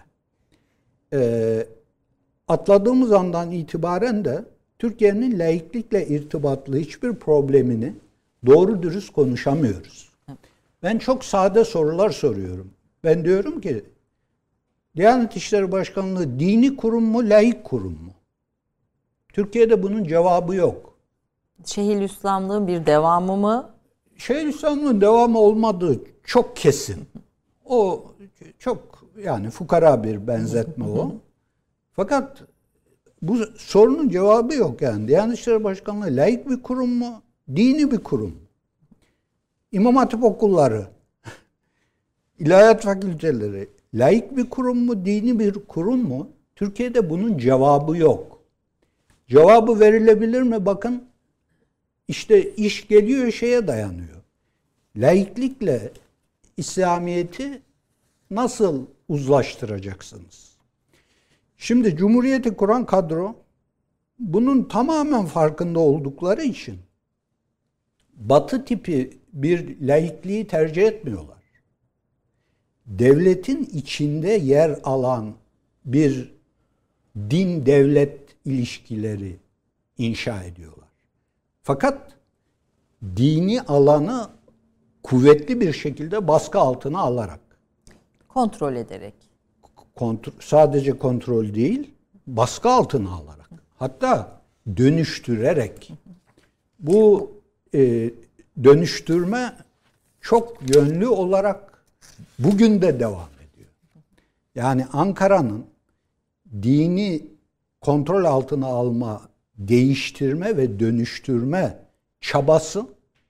Atladığımız andan itibaren de Türkiye'nin laiklikle irtibatlı hiçbir problemini doğru dürüst konuşamıyoruz. Ben çok sade sorular soruyorum. Ben diyorum ki Diyanet İşleri Başkanlığı dini kurum mu, laik kurum mu? Türkiye'de bunun cevabı yok. Şeyhülislamlığın bir devamı mı? Şeyhülislamlığın devamı olmadığı çok kesin. O çok yani fukara bir benzetme o. Fakat bu sorunun cevabı yok yani. Diyanet İşleri Başkanlığı laik bir kurum mu? Dini bir kurum. İmam Hatip okulları, ilahiyat fakülteleri laik bir kurum mu? Dini bir kurum mu? Türkiye'de bunun cevabı yok. Cevabı verilebilir mi? Bakın işte iş geliyor şeye dayanıyor. Laiklikle İslamiyet'i nasıl uzlaştıracaksınız? Şimdi Cumhuriyeti kuran kadro bunun tamamen farkında oldukları için Batı tipi bir laikliği tercih etmiyorlar. Devletin içinde yer alan bir din-devlet ilişkileri inşa ediyorlar. Fakat dini alanı kuvvetli bir şekilde baskı altına alarak. Kontrol ederek. Sadece kontrol değil, baskı altına alarak. Hatta dönüştürerek. Bu dönüştürme çok yönlü olarak bugün de devam ediyor. Yani Ankara'nın dini kontrol altına alma, değiştirme ve dönüştürme çabası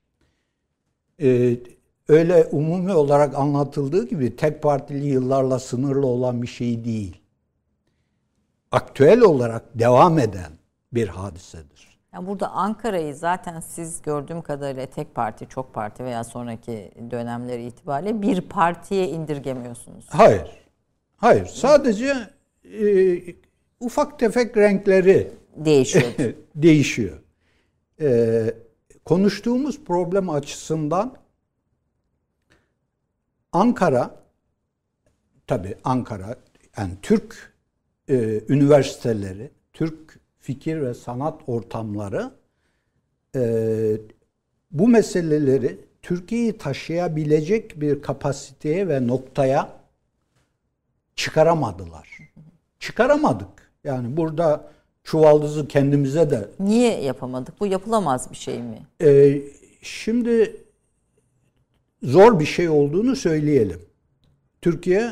öyle umumi olarak anlatıldığı gibi tek partili yıllarla sınırlı olan bir şey değil. Aktüel olarak devam eden bir hadisedir. Yani burada Ankara'yı zaten siz gördüğüm kadarıyla tek parti, çok parti veya sonraki dönemleri itibariyle bir partiye indirgemiyorsunuz. Hayır. Hayır. Sadece ufak tefek renkleri Değişiyor. değişiyor. Konuştuğumuz problem açısından Ankara, tabii Ankara, yani Türk üniversiteleri, Türk fikir ve sanat ortamları bu meseleleri Türkiye'yi taşıyabilecek bir kapasiteye ve noktaya çıkaramadılar. Çıkaramadık. Yani burada çuvaldızı kendimize de... Niye yapamadık? Bu yapılamaz bir şey mi? Şimdi zor bir şey olduğunu söyleyelim. Türkiye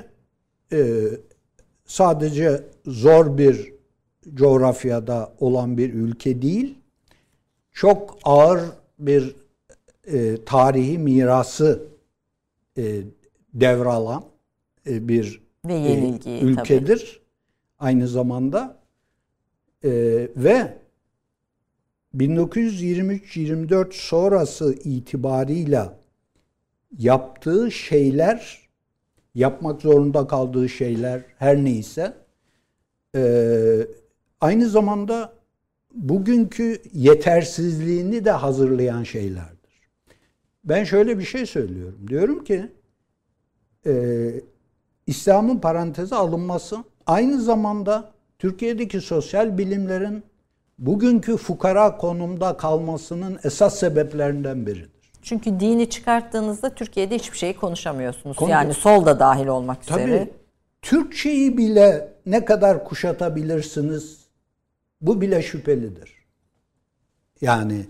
sadece zor bir coğrafyada olan bir ülke değil, çok ağır bir tarihi mirası devralan bir ve yenilgi, ülkedir. Tabii. Aynı zamanda ve 1923-24 sonrası itibarıyla yaptığı şeyler, yapmak zorunda kaldığı şeyler her neyse aynı zamanda bugünkü yetersizliğini de hazırlayan şeylerdir. Ben şöyle bir şey söylüyorum. Diyorum ki İslam'ın paranteze alınması aynı zamanda Türkiye'deki sosyal bilimlerin bugünkü fukara konumda kalmasının esas sebeplerinden biridir. Çünkü dini çıkarttığınızda Türkiye'de hiçbir şey konuşamıyorsunuz. Yani sol da dahil olmak üzere. Tabii Türkçeyi bile ne kadar kuşatabilirsiniz bu bile şüphelidir. Yani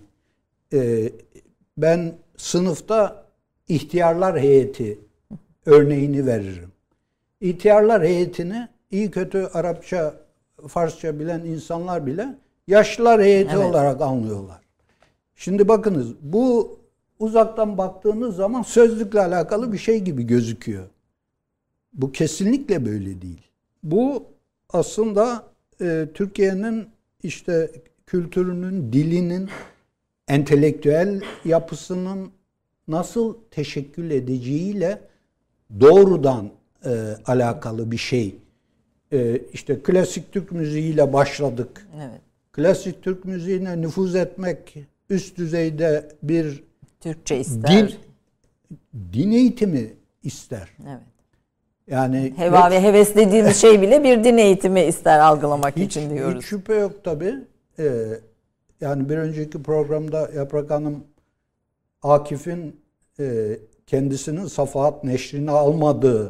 ben sınıfta ihtiyarlar heyeti örneğini veririm. İhtiyarlar heyetini iyi kötü Arapça, Farsça bilen insanlar bile yaşlılar heyeti olarak anlıyorlar. Şimdi bakınız bu uzaktan baktığınız zaman sözlükle alakalı bir şey gibi gözüküyor. Bu kesinlikle böyle değil. Bu aslında Türkiye'nin işte kültürünün, dilinin, entelektüel yapısının nasıl teşekkül edeceğiyle doğrudan alakalı bir şey. İşte klasik Türk müziğiyle başladık. Evet. Klasik Türk müziğine nüfuz etmek, üst düzeyde bir Türkçe ister. Din eğitimi ister. Evet. Yani Heva ve heves dediğimiz şey bile bir din eğitimi ister algılamak için diyoruz. Hiç şüphe yok tabii. Yani bir önceki programda Yaprak Hanım Akif'in kendisinin Safahat neşrini almadığı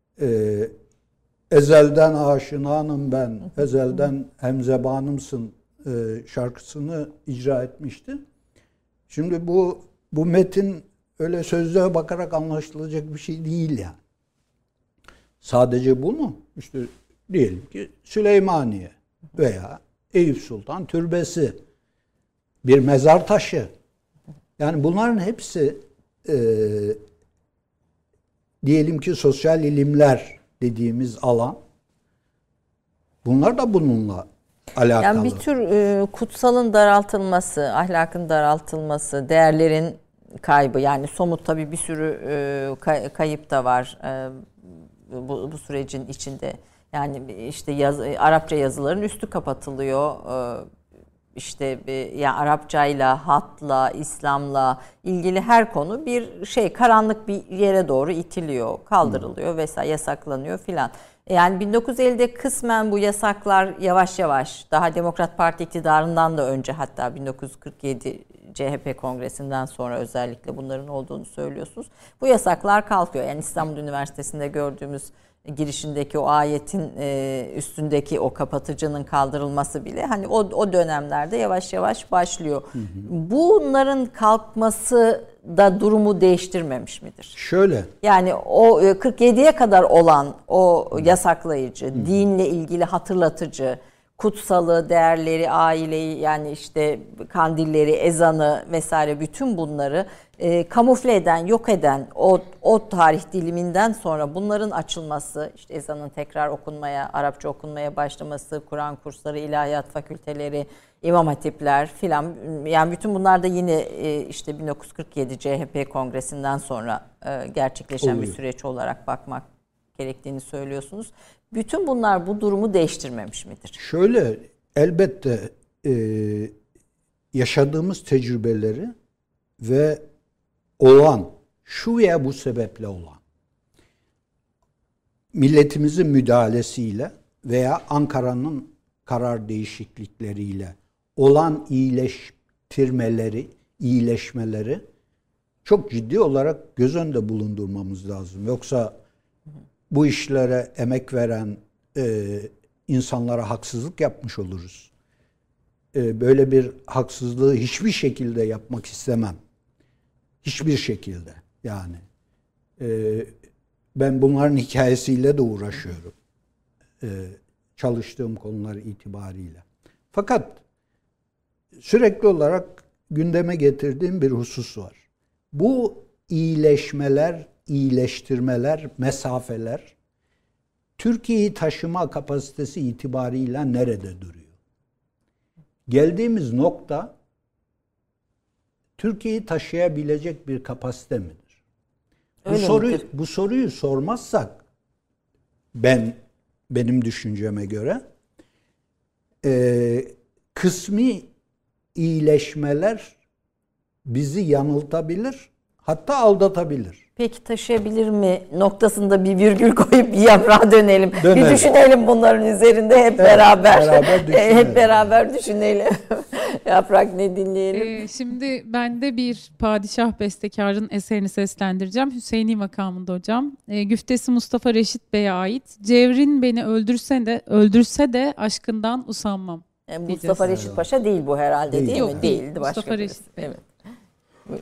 ezelden aşinanım ben, ezelden hemzebanımsın şarkısını icra etmişti. Şimdi bu metin öyle sözlüğe bakarak anlaşılacak bir şey değil yani. Sadece bu mu? İşte diyelim ki Süleymaniye veya Eyüp Sultan Türbesi, bir mezar taşı. Yani bunların hepsi diyelim ki sosyal ilimler dediğimiz alan. Bunlar da bununla alakalı. Yani bir tür kutsalın daraltılması, ahlakın daraltılması, değerlerin kaybı. Yani somut tabii bir sürü kayıp da var bu sürecin içinde. Yani işte Arapça yazıların üstü kapatılıyor. İşte yani Arapçayla, hatla, İslam'la ilgili her konu bir karanlık bir yere doğru itiliyor, kaldırılıyor vesaire, yasaklanıyor filan. Yani 1950'de kısmen bu yasaklar yavaş yavaş, daha Demokrat Parti iktidarından da önce, hatta 1947 CHP kongresinden sonra özellikle bunların olduğunu söylüyorsunuz. Bu yasaklar kalkıyor. Yani İstanbul Üniversitesi'nde gördüğümüz girişindeki o ayetin üstündeki o kapatıcının kaldırılması bile hani o dönemlerde yavaş yavaş başlıyor. Bunların kalkması da durumu değiştirmemiş midir? Şöyle. Yani o 47'ye kadar olan o yasaklayıcı, dinle ilgili hatırlatıcı, kutsalı, değerleri, aileyi, yani işte kandilleri, ezanı vesaire, bütün bunları kamufle eden, yok eden o tarih diliminden sonra bunların açılması, işte ezanın tekrar okunmaya, Arapça okunmaya başlaması, Kur'an kursları, ilahiyat fakülteleri, imam hatipler filan, yani bütün bunlar da yine işte 1947 CHP kongresinden sonra gerçekleşen bir süreç olarak bakmak gerektiğini söylüyorsunuz. Bütün bunlar bu durumu değiştirmemiş midir? Şöyle, elbette yaşadığımız tecrübeleri ve olan, şu veya bu sebeple olan milletimizin müdahalesiyle veya Ankara'nın karar değişiklikleriyle olan iyileşmeleri çok ciddi olarak göz önünde bulundurmamız lazım. Yoksa bu işlere emek veren insanlara haksızlık yapmış oluruz. Böyle bir haksızlığı hiçbir şekilde yapmak istemem. Hiçbir şekilde yani. Ben bunların hikayesiyle de uğraşıyorum. Çalıştığım konular itibariyle. Fakat sürekli olarak gündeme getirdiğim bir husus var. Bu iyileşmeler, iyileştirmeler, mesafeler Türkiye'yi taşıma kapasitesi itibariyle nerede duruyor? Geldiğimiz nokta Türkiye'yi taşıyabilecek bir kapasite midir? Bu soruyu sormazsak, benim düşünceme göre kısmi iyileşmeler bizi yanıltabilir, hatta aldatabilir. Peki taşıyabilir mi noktasında bir virgül koyup bir yaprağa dönelim. Bir düşünelim bunların üzerinde hep beraber. Hep beraber düşünelim. Yaprak, ne dinleyelim? Şimdi ben de bir padişah bestekarının eserini seslendireceğim. Hüseyini makamında hocam. Güftesi Mustafa Reşit Bey'e ait. Cevrin beni öldürse de aşkından usanmam. Mustafa Reşit Paşa değil bu herhalde, değil mi? Değildi, başka Mustafa birisi. Reşit Bey. Evet. Buyurun.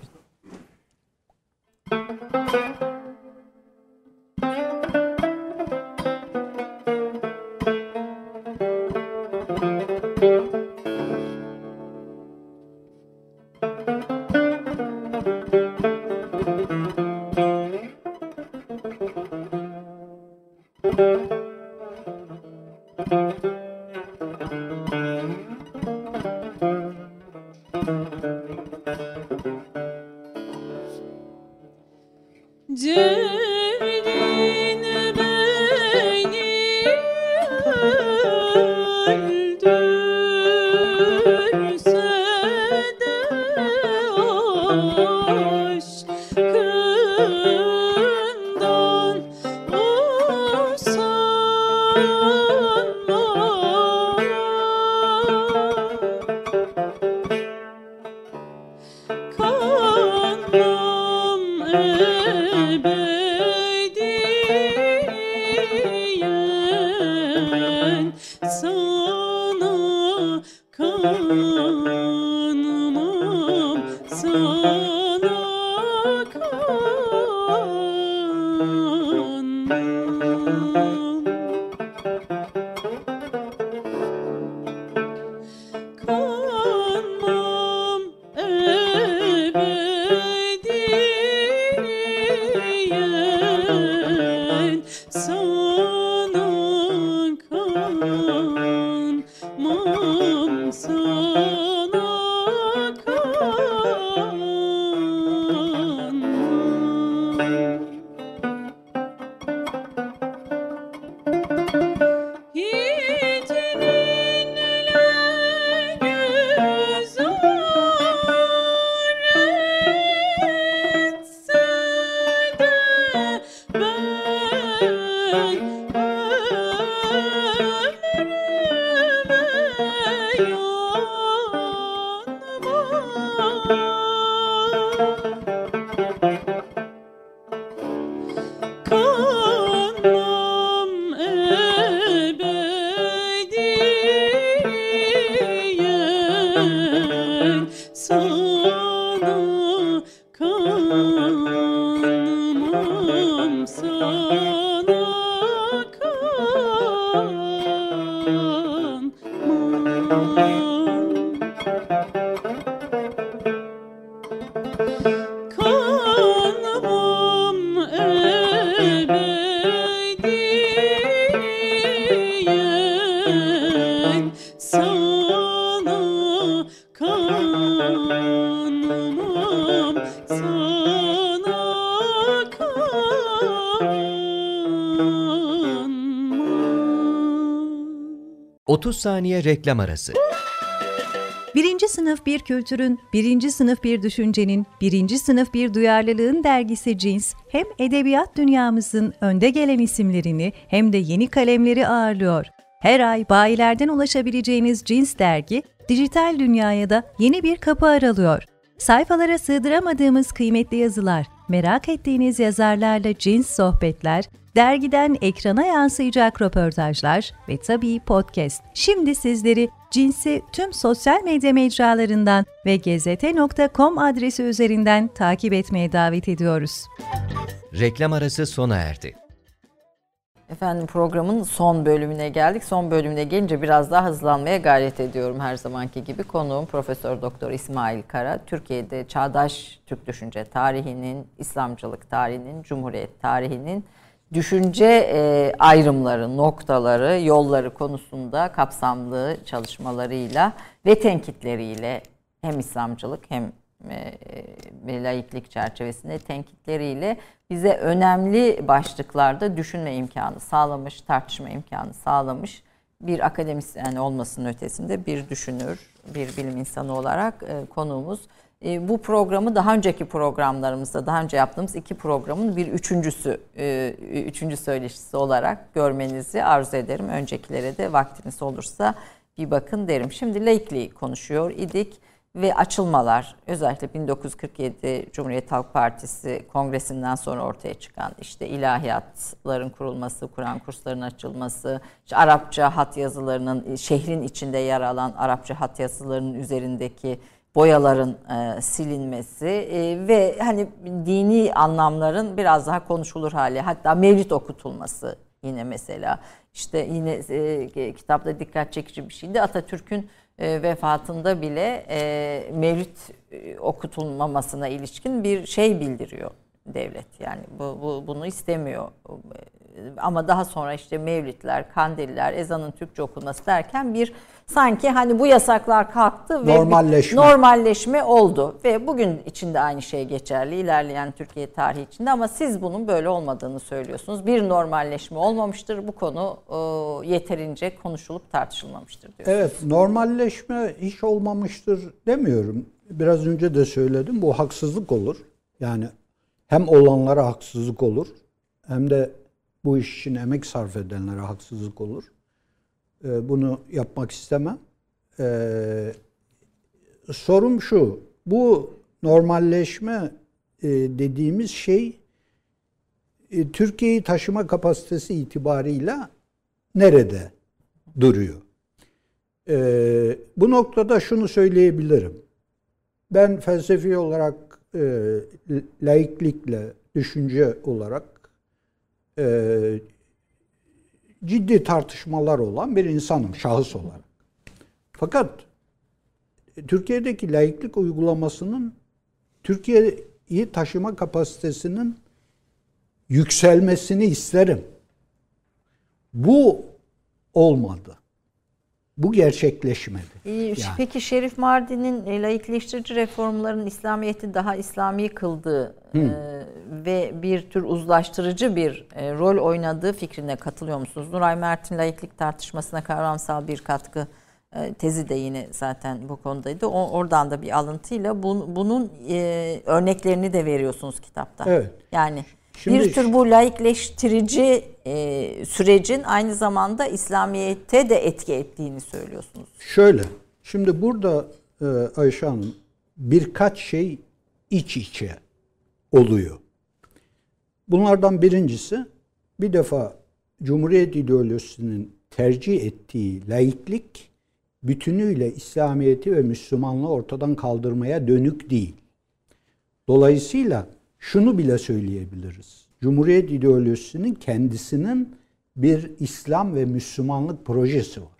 kanmam sana kanmam ebediyen sana kanmam sana kanmam. Hicrinle güzar etse de ben ömrüme kanmam ebediyen sana kanmam sana kanmam. Kanmam ebediyen sana kanmam sana kanmam. 30 saniye reklam arası. Birinci sınıf bir kültürün, birinci sınıf bir düşüncenin, birinci sınıf bir duyarlılığın dergisi Cins, hem edebiyat dünyamızın önde gelen isimlerini hem de yeni kalemleri ağırlıyor. Her ay bayilerden ulaşabileceğiniz Cins dergi, dijital dünyaya da yeni bir kapı aralıyor. Sayfalara sığdıramadığımız kıymetli yazılar, merak ettiğiniz yazarlarla Cins sohbetler, dergiden ekrana yansıyacak röportajlar ve tabii podcast. Şimdi sizleri Cins'i tüm sosyal medya mecralarından ve gezete.com adresi üzerinden takip etmeye davet ediyoruz. Reklam arası sona erdi. Efendim, programın son bölümüne geldik. Son bölümüne gelince biraz daha hızlanmaya gayret ediyorum her zamanki gibi. Konuğum Profesör Doktor İsmail Kara. Türkiye'de çağdaş Türk düşünce tarihinin, İslamcılık tarihinin, Cumhuriyet tarihinin düşünce ayrımları, noktaları, yolları konusunda kapsamlı çalışmalarıyla ve tenkitleriyle hem İslamcılık hem laiklik çerçevesinde tenkitleriyle bize önemli başlıklarda düşünme imkanı sağlamış, tartışma imkanı sağlamış bir akademisyen olmasının ötesinde bir düşünür, bir bilim insanı olarak konuğumuz. Bu programı daha önceki programlarımızda, daha önce yaptığımız 2 programın bir üçüncü söyleşisi olarak görmenizi arzu ederim. Öncekilere de vaktiniz olursa bir bakın derim. Şimdi laikliği konuşuyor idik ve açılmalar, özellikle 1947 Cumhuriyet Halk Partisi kongresinden sonra ortaya çıkan işte ilahiyatların kurulması, Kur'an kurslarının açılması, işte Arapça hat yazılarının, şehrin içinde yer alan Arapça hat yazılarının üzerindeki boyaların silinmesi ve hani dini anlamların biraz daha konuşulur hale, hatta mevlid okutulması yine mesela. İşte yine kitapta dikkat çekici bir şeydi. Atatürk'ün vefatında bile mevlid okutulmamasına ilişkin bir şey bildiriyor devlet. Yani bunu istemiyor. Ama daha sonra işte mevlidler, kandiller, ezanın Türkçe okunması derken bir sanki hani bu yasaklar kalktı ve normalleşme oldu. Ve bugün içinde aynı şey geçerli, ilerleyen Türkiye tarihi içinde, ama siz bunun böyle olmadığını söylüyorsunuz. Bir normalleşme olmamıştır. Bu konu yeterince konuşulup tartışılmamıştır diyorsunuz. Evet, normalleşme hiç olmamıştır demiyorum. Biraz önce de söyledim, bu haksızlık olur. Yani hem olanlara haksızlık olur, hem de bu iş için emek sarf edenlere haksızlık olur. Bunu yapmak istemem. Sorum şu, bu normalleşme dediğimiz şey Türkiye'yi taşıma kapasitesi itibarıyla nerede duruyor? Bu noktada şunu söyleyebilirim. Ben felsefi olarak laiklikle, düşünce olarak ciddi tartışmalar olan bir insanım şahıs olarak. Fakat Türkiye'deki laiklik uygulamasının Türkiye'yi taşıma kapasitesinin yükselmesini isterim. Bu olmadı. Bu gerçekleşmedi. Peki Şerif Mardin'in laikleştirici reformların İslamiyet'i daha İslami kıldığı ve bir tür uzlaştırıcı bir rol oynadığı fikrine katılıyor musunuz? Nuray Mert'in laiklik tartışmasına kavramsal bir katkı tezi de yine zaten bu konudaydı. Oradan da bir alıntıyla bunun örneklerini de veriyorsunuz kitapta. Evet. Yani Şimdi, bir tür bu laikleştirici sürecin aynı zamanda İslamiyet'e de etki ettiğini söylüyorsunuz. Şöyle, şimdi burada Ayşe Hanım birkaç şey iç içe oluyor. Bunlardan birincisi, bir defa Cumhuriyet ideolojisinin tercih ettiği laiklik bütünüyle İslamiyet'i ve Müslümanlığı ortadan kaldırmaya dönük değil. Dolayısıyla şunu bile söyleyebiliriz. Cumhuriyet ideolojisinin kendisinin bir İslam ve Müslümanlık projesi var.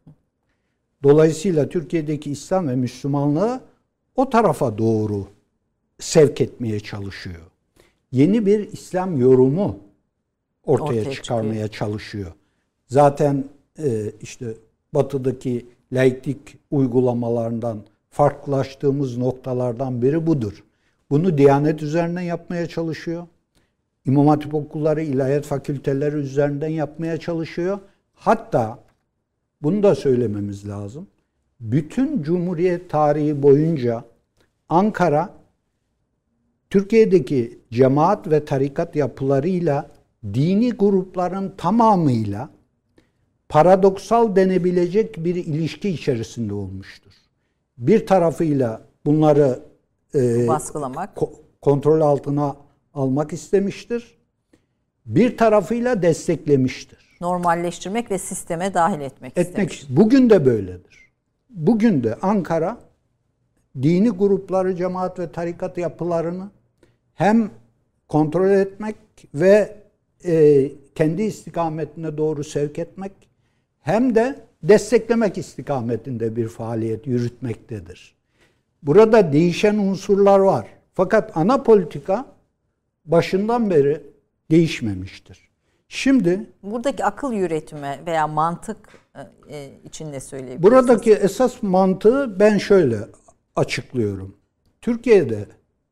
Dolayısıyla Türkiye'deki İslam ve Müslümanlığı o tarafa doğru sevk etmeye çalışıyor. Yeni bir İslam yorumu ortaya çıkarmaya çalışıyor. Zaten işte Batı'daki laiklik uygulamalarından farklılaştığımız noktalardan biri budur. Bunu Diyanet üzerinden yapmaya çalışıyor. İmam Hatip okulları, ilahiyat fakülteleri üzerinden yapmaya çalışıyor. Hatta bunu da söylememiz lazım. Bütün Cumhuriyet tarihi boyunca Ankara, Türkiye'deki cemaat ve tarikat yapılarıyla, dini grupların tamamıyla paradoksal denebilecek bir ilişki içerisinde olmuştur. Bir tarafıyla bunları baskılamak, kontrol altına almak istemiştir. Bir tarafıyla desteklemiştir. Normalleştirmek ve sisteme dahil etmek istemiştir. Bugün de böyledir. Bugün de Ankara dini grupları, cemaat ve tarikat yapılarını hem kontrol etmek ve kendi istikametine doğru sevk etmek hem de desteklemek istikametinde bir faaliyet yürütmektedir. Burada değişen unsurlar var. Fakat ana politika başından beri değişmemiştir. Şimdi buradaki akıl yürütme veya mantık için ne söyleyebilirsiniz? Buradaki esas mantığı ben şöyle açıklıyorum. Türkiye'de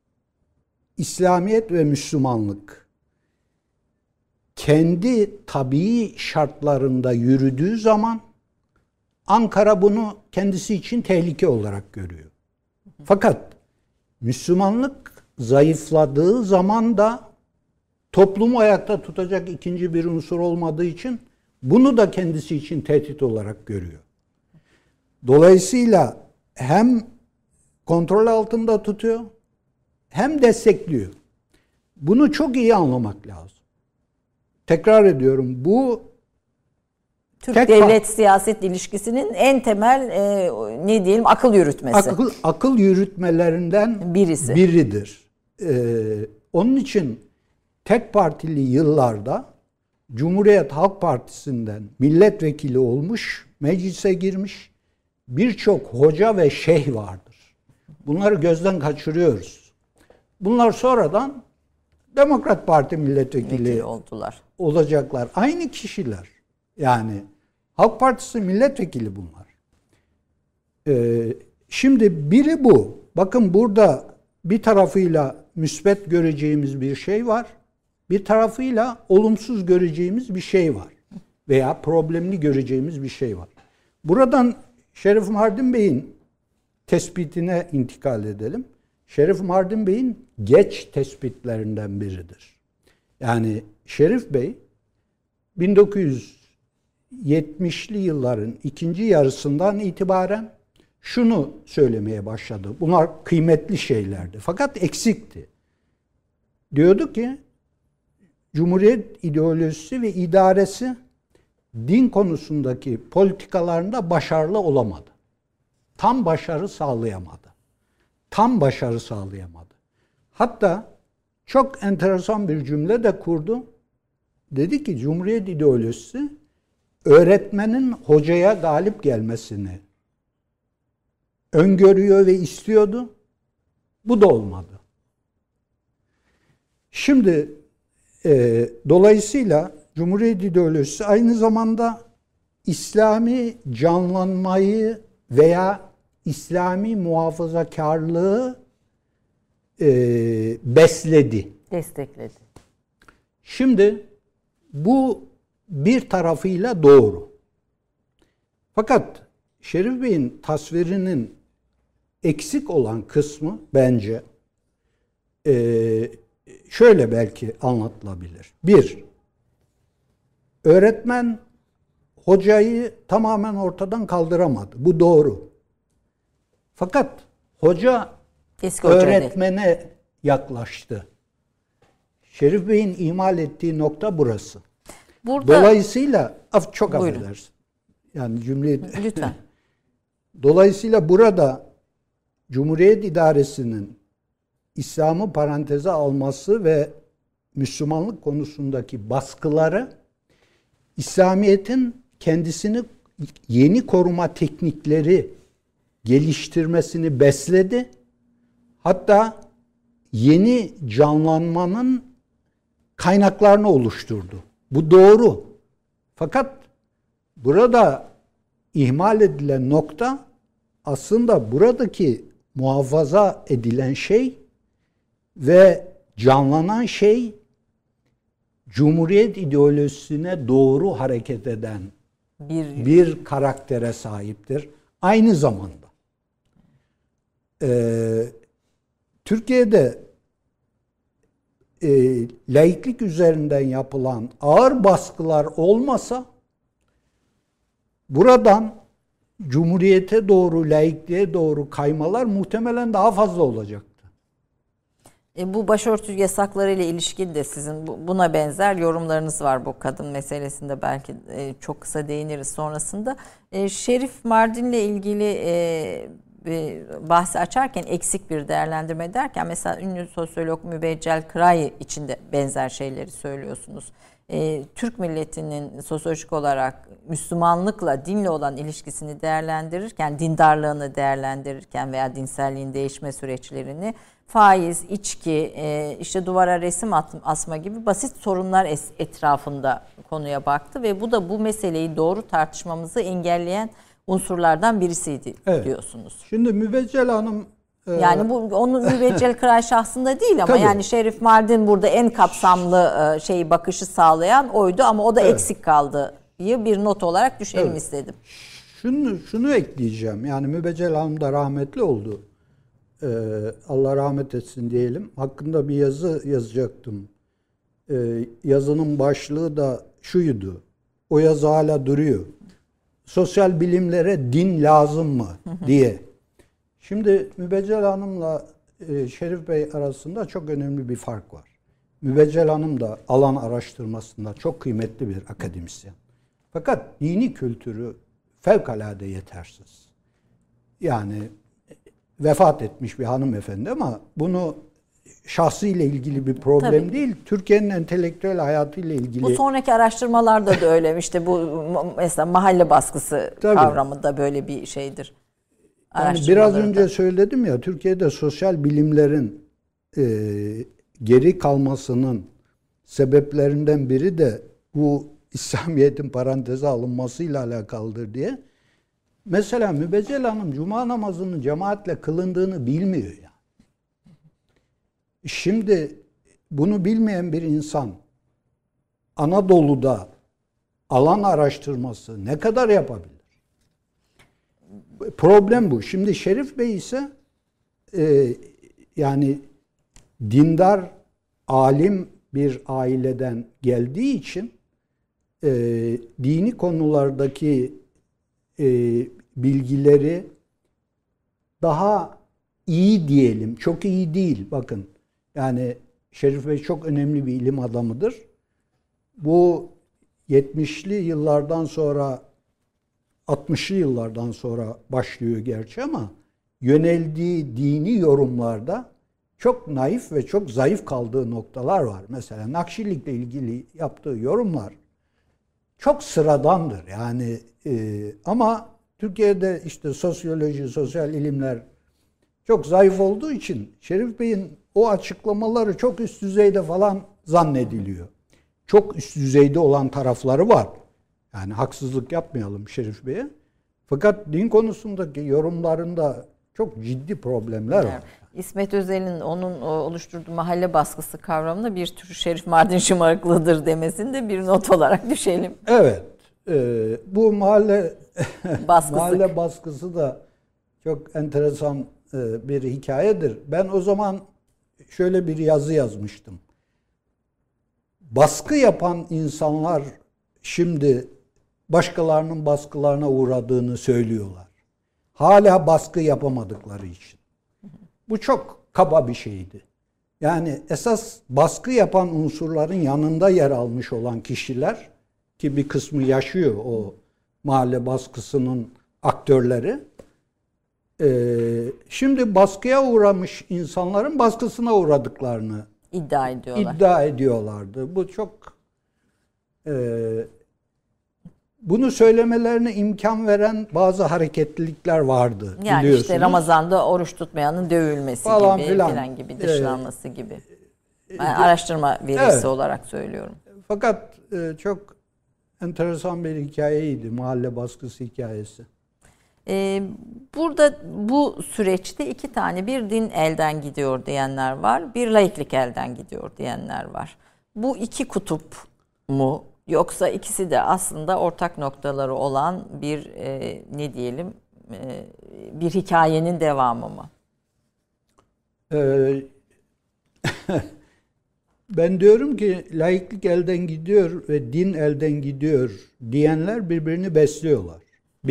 İslamiyet ve Müslümanlık kendi tabii şartlarında yürüdüğü zaman Ankara bunu kendisi için tehlike olarak görüyor. Fakat Müslümanlık zayıfladığı zaman da toplumu ayakta tutacak ikinci bir unsur olmadığı için bunu da kendisi için tehdit olarak görüyor. Dolayısıyla hem kontrol altında tutuyor hem destekliyor. Bunu çok iyi anlamak lazım. Tekrar ediyorum, bu Türk devlet siyaset ilişkisinin en temel ne diyelim akıl yürütmesi. Akıl yürütmelerinden biridir. Onun için tek partili yıllarda Cumhuriyet Halk Partisi'nden milletvekili olmuş, meclise girmiş birçok hoca ve şeyh vardır. Bunları gözden kaçırıyoruz. Bunlar sonradan Demokrat Parti milletvekili olacaklar. Aynı kişiler. Yani Halk Partisi milletvekili bunlar. Şimdi biri bu. Bakın burada bir tarafıyla müsbet göreceğimiz bir şey var. Bir tarafıyla olumsuz göreceğimiz bir şey var. Veya problemli göreceğimiz bir şey var. Buradan Şerif Mardin Bey'in tespitine intikal edelim. Şerif Mardin Bey'in geç tespitlerinden biridir. Yani Şerif Bey 1970'li yılların ikinci yarısından itibaren şunu söylemeye başladı. Bunlar kıymetli şeylerdi. Fakat eksikti. Diyordu ki Cumhuriyet ideolojisi ve idaresi din konusundaki politikalarında başarılı olamadı. Tam başarı sağlayamadı. Tam başarı sağlayamadı. Hatta çok enteresan bir cümle de kurdu. Dedi ki Cumhuriyet ideolojisi öğretmenin hocaya galip gelmesini öngörüyor ve istiyordu. Bu da olmadı. Şimdi dolayısıyla Cumhuriyet ideolojisi aynı zamanda İslami canlanmayı veya İslami muhafazakarlığı besledi. Destekledi. Şimdi bu bir tarafıyla doğru. Fakat Şerif Bey'in tasvirinin eksik olan kısmı bence şöyle belki anlatılabilir. Bir, öğretmen hocayı tamamen ortadan kaldıramadı. Bu doğru. Fakat hoca Eski hoca öğretmene yaklaştı. Şerif Bey'in ihmal ettiği nokta burası. Burada Dolayısıyla çok Buyurun. affedersin. Yani cümleyi lütfen. Dolayısıyla burada Cumhuriyet İdaresi'nin İslam'ı paranteze alması ve Müslümanlık konusundaki baskıları İslamiyet'in kendisini yeni koruma teknikleri geliştirmesini besledi. Hatta yeni canlanmanın kaynaklarını oluşturdu. Bu doğru. Fakat burada ihmal edilen nokta aslında buradaki muhafaza edilen şey ve canlanan şey Cumhuriyet ideolojisine doğru hareket eden bir karaktere sahiptir. Aynı zamanda Türkiye'de laiklik üzerinden yapılan ağır baskılar olmasa buradan Cumhuriyete doğru, laikliğe doğru kaymalar muhtemelen daha fazla olacaktı. Bu başörtü yasakları ile ilişkin de sizin buna benzer yorumlarınız var bu kadın meselesinde, belki çok kısa değiniriz sonrasında. Şerif Mardin'le ilgili bahsi açarken eksik bir değerlendirme derken mesela ünlü sosyolog Mübeccel Kıray için de benzer şeyleri söylüyorsunuz. Türk milletinin sosyolojik olarak Müslümanlıkla, dinle olan ilişkisini değerlendirirken, dindarlığını değerlendirirken veya dinselliğin değişme süreçlerini faiz, içki, işte duvara resim asma gibi basit sorunlar etrafında konuya baktı ve bu da bu meseleyi doğru tartışmamızı engelleyen unsurlardan birisiydi diyorsunuz. Şimdi Mübeccel Hanım yani bu onun Mübeccel Kıray şahsında değil ama tabii. yani Şerif Mardin burada en kapsamlı bakışı sağlayan oydu ama o da eksik kaldı diye bir not olarak düşelim istedim. Şunu ekleyeceğim. Yani Mübeccel Hanım da rahmetli oldu. Allah rahmet etsin diyelim. Hakkında bir yazı yazacaktım. Yazının başlığı da şuydu. O yazı hala duruyor. Sosyal bilimlere din lazım mı diye. Şimdi Mübeccel Hanım'la Şerif Bey arasında çok önemli bir fark var. Mübeccel Hanım da alan araştırmasında çok kıymetli bir akademisyen. Fakat dini kültürü fevkalade yetersiz. Yani vefat etmiş bir hanımefendi ama bunu şahsıyla ilgili bir problem değil. Türkiye'nin entelektüel hayatıyla ilgili. Bu sonraki araştırmalarda da öyle. İşte bu mesela mahalle baskısı kavramı da böyle bir şeydir. Yani biraz önce söyledim ya, Türkiye'de sosyal bilimlerin geri kalmasının sebeplerinden biri de bu İslamiyet'in paranteze alınmasıyla alakalıdır diye. Mesela Mübeccel Hanım cuma namazının cemaatle kılındığını bilmiyor yani. Şimdi bunu bilmeyen bir insan Anadolu'da alan araştırması ne kadar yapabilir? Problem bu. Şimdi Şerif Bey ise yani dindar, alim bir aileden geldiği için dini konulardaki bilgileri daha iyi diyelim. Çok iyi değil. Bakın yani Şerif Bey çok önemli bir ilim adamıdır. Bu 70'li yıllardan sonra 60'lı yıllardan sonra başlıyor gerçi ama yöneldiği dini yorumlarda çok naif ve çok zayıf kaldığı noktalar var. Mesela Nakşilikle ilgili yaptığı yorumlar çok sıradandır. Yani ama Türkiye'de işte sosyoloji, sosyal ilimler çok zayıf olduğu için Şerif Bey'in o açıklamaları çok üst düzeyde falan zannediliyor. Çok üst düzeyde olan tarafları var. Yani haksızlık yapmayalım Şerif Bey'e. Fakat din konusundaki yorumlarında çok ciddi problemler var. İsmet Özel'in onun oluşturduğu mahalle baskısı kavramında bir tür Şerif Mardin şımarıklığıdır demesini de bir not olarak düşelim. Evet. Bu mahalle baskısı da çok enteresan bir hikayedir. Ben o zaman şöyle bir yazı yazmıştım. Baskı yapan insanlar şimdi başkalarının baskılarına uğradığını söylüyorlar. Hala baskı yapamadıkları için. Bu çok kaba bir şeydi. Yani esas baskı yapan unsurların yanında yer almış olan kişiler, ki bir kısmı yaşıyor o mahalle baskısının aktörleri, şimdi baskıya uğramış insanların baskısına uğradıklarını iddia ediyorlardı. Bu çok bunu söylemelerine imkan veren bazı hareketlilikler vardı. Yani biliyorsunuz. işte Ramazan'da oruç tutmayanın dövülmesi falan gibi filan gibi, dışlanması gibi. Yani araştırma verisi olarak söylüyorum. Fakat çok enteresan bir hikayeydi mahalle baskısı hikayesi. Burada bu süreçte iki tane, bir din elden gidiyor diyenler var, bir laiklik elden gidiyor diyenler var. Bu iki kutup mu, yoksa ikisi de aslında ortak noktaları olan bir ne diyelim bir hikayenin devamı mı? Ben diyorum ki laiklik elden gidiyor ve din elden gidiyor diyenler birbirini besliyorlar.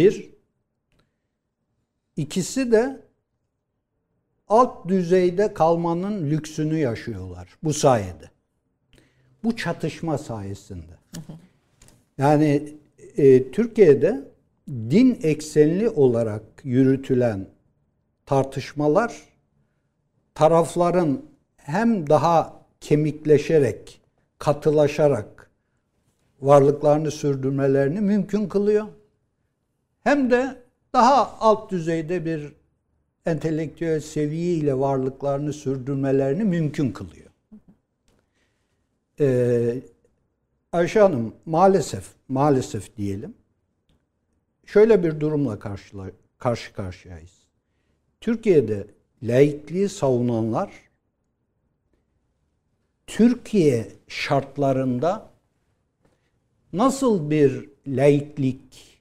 İkisi de alt düzeyde kalmanın lüksünü yaşıyorlar bu sayede. Bu çatışma sayesinde. Yani Türkiye'de din eksenli olarak yürütülen tartışmalar tarafların hem daha kemikleşerek, katılaşarak varlıklarını sürdürmelerini mümkün kılıyor. Hem de daha alt düzeyde bir entelektüel seviyeyle varlıklarını sürdürmelerini mümkün kılıyor. Ayşe Hanım, maalesef diyelim, şöyle bir durumla karşı karşıyayız. Türkiye'de laikliği savunanlar Türkiye şartlarında nasıl bir laiklik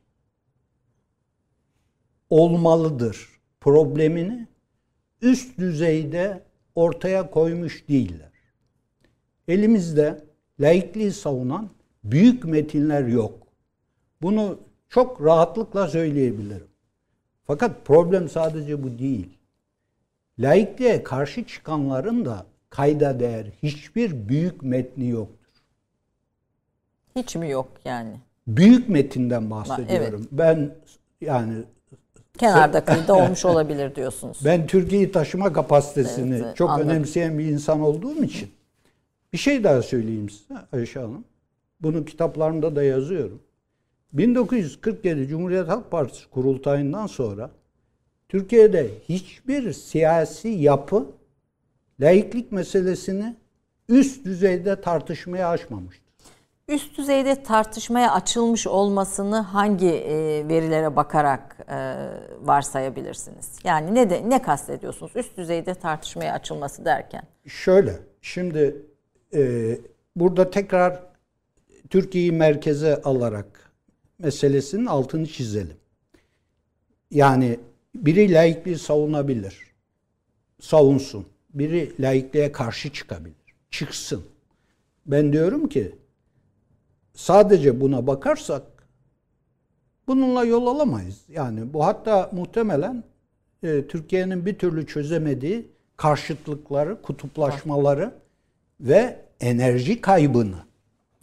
olmalıdır problemini üst düzeyde ortaya koymuş değiller. Elimizde laikliği savunan büyük metinler yok. Bunu çok rahatlıkla söyleyebilirim. Fakat problem sadece bu değil. Laikliğe karşı çıkanların da kayda değer hiçbir büyük metni yoktur. Hiç mi yok yani? Büyük metinden bahsediyorum. Evet. Ben yani kenarda kıyıda olmuş olabilir diyorsunuz. Ben Türkiye'yi taşıma kapasitesini çok anladım. önemseyen bir insan olduğum için bir şey daha söyleyeyim size Ayşe Hanım. Bunu kitaplarımda da yazıyorum. 1947 Cumhuriyet Halk Partisi kurultayından sonra Türkiye'de hiçbir siyasi yapı laiklik meselesini üst düzeyde tartışmaya açmamıştır. Üst düzeyde tartışmaya açılmış olmasını hangi verilere bakarak varsayabilirsiniz? Yani ne kastediyorsunuz? Üst düzeyde tartışmaya açılması derken? Şöyle, şimdi burada tekrar Türkiye'yi merkeze alarak meselesinin altını çizelim. Yani biri laikliği savunabilir, savunsun. Biri laikliğe karşı çıkabilir, çıksın. Ben diyorum ki sadece buna bakarsak bununla yol alamayız. Yani bu hatta muhtemelen Türkiye'nin bir türlü çözemediği karşıtlıkları, kutuplaşmaları ve enerji kaybını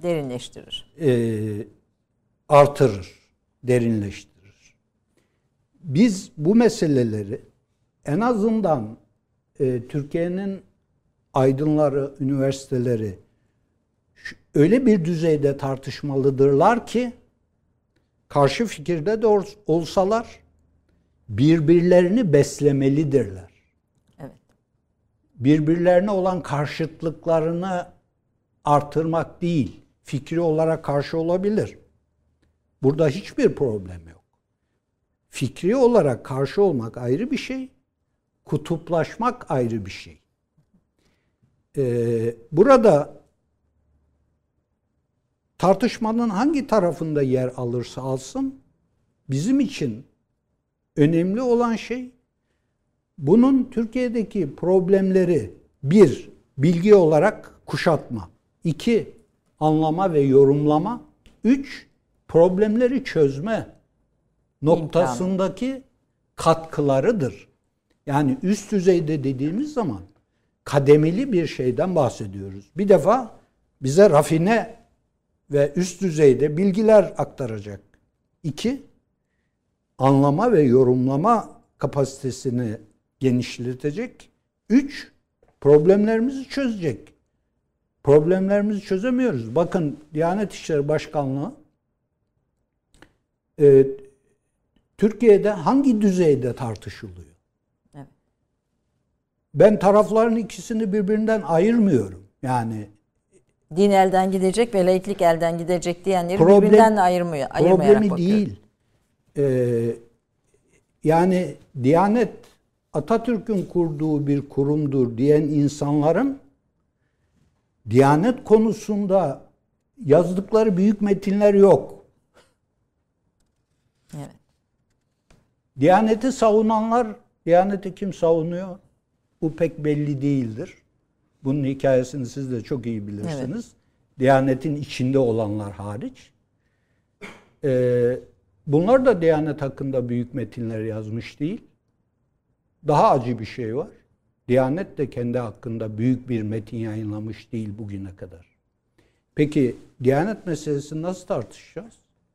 Derinleştirir. Artırır, derinleştirir. Biz bu meseleleri en azından Türkiye'nin aydınları, üniversiteleri öyle bir düzeyde tartışmalıdırlar ki karşı fikirde de olsalar birbirlerini beslemelidirler. Evet. Birbirlerine olan karşıtlıklarını artırmak değil, fikri olarak karşı olabilir. Burada hiçbir problem yok. Fikri olarak karşı olmak ayrı bir şey, kutuplaşmak ayrı bir şey. Burada tartışmanın hangi tarafında yer alırsa alsın, bizim için önemli olan şey, bunun Türkiye'deki problemleri bir, bilgi olarak kuşatma, iki, anlama ve yorumlama, üç, problemleri çözme noktasındaki katkılarıdır. Yani üst düzeyde dediğimiz zaman kademeli bir şeyden bahsediyoruz. Bir defa bize rafine ve üst düzeyde bilgiler aktaracak. İki, anlama ve yorumlama kapasitesini genişletecek. Üç, problemlerimizi çözecek. Problemlerimizi çözemiyoruz. Bakın Diyanet İşleri Başkanlığı Türkiye'de hangi düzeyde tartışılıyor? Evet. Ben tarafların ikisini birbirinden ayırmıyorum. Yani Din elden gidecek ve laiklik elden gidecek diyenleri birbirinden ayırmayarak problemi bakıyor. değil. Yani Diyanet Atatürk'ün kurduğu bir kurumdur diyen insanların Diyanet konusunda yazdıkları büyük metinler yok. Evet. Diyaneti savunanlar, Diyaneti kim savunuyor? Bu pek belli değildir. Bunun hikayesini siz de çok iyi bilirsiniz. Evet. Diyanetin içinde olanlar hariç. Bunlar da Diyanet hakkında büyük metinler yazmış değil. Daha acı bir şey var. Diyanet de kendi hakkında büyük bir metin yayınlamış değil bugüne kadar. Peki Diyanet meselesini nasıl tartışacağız?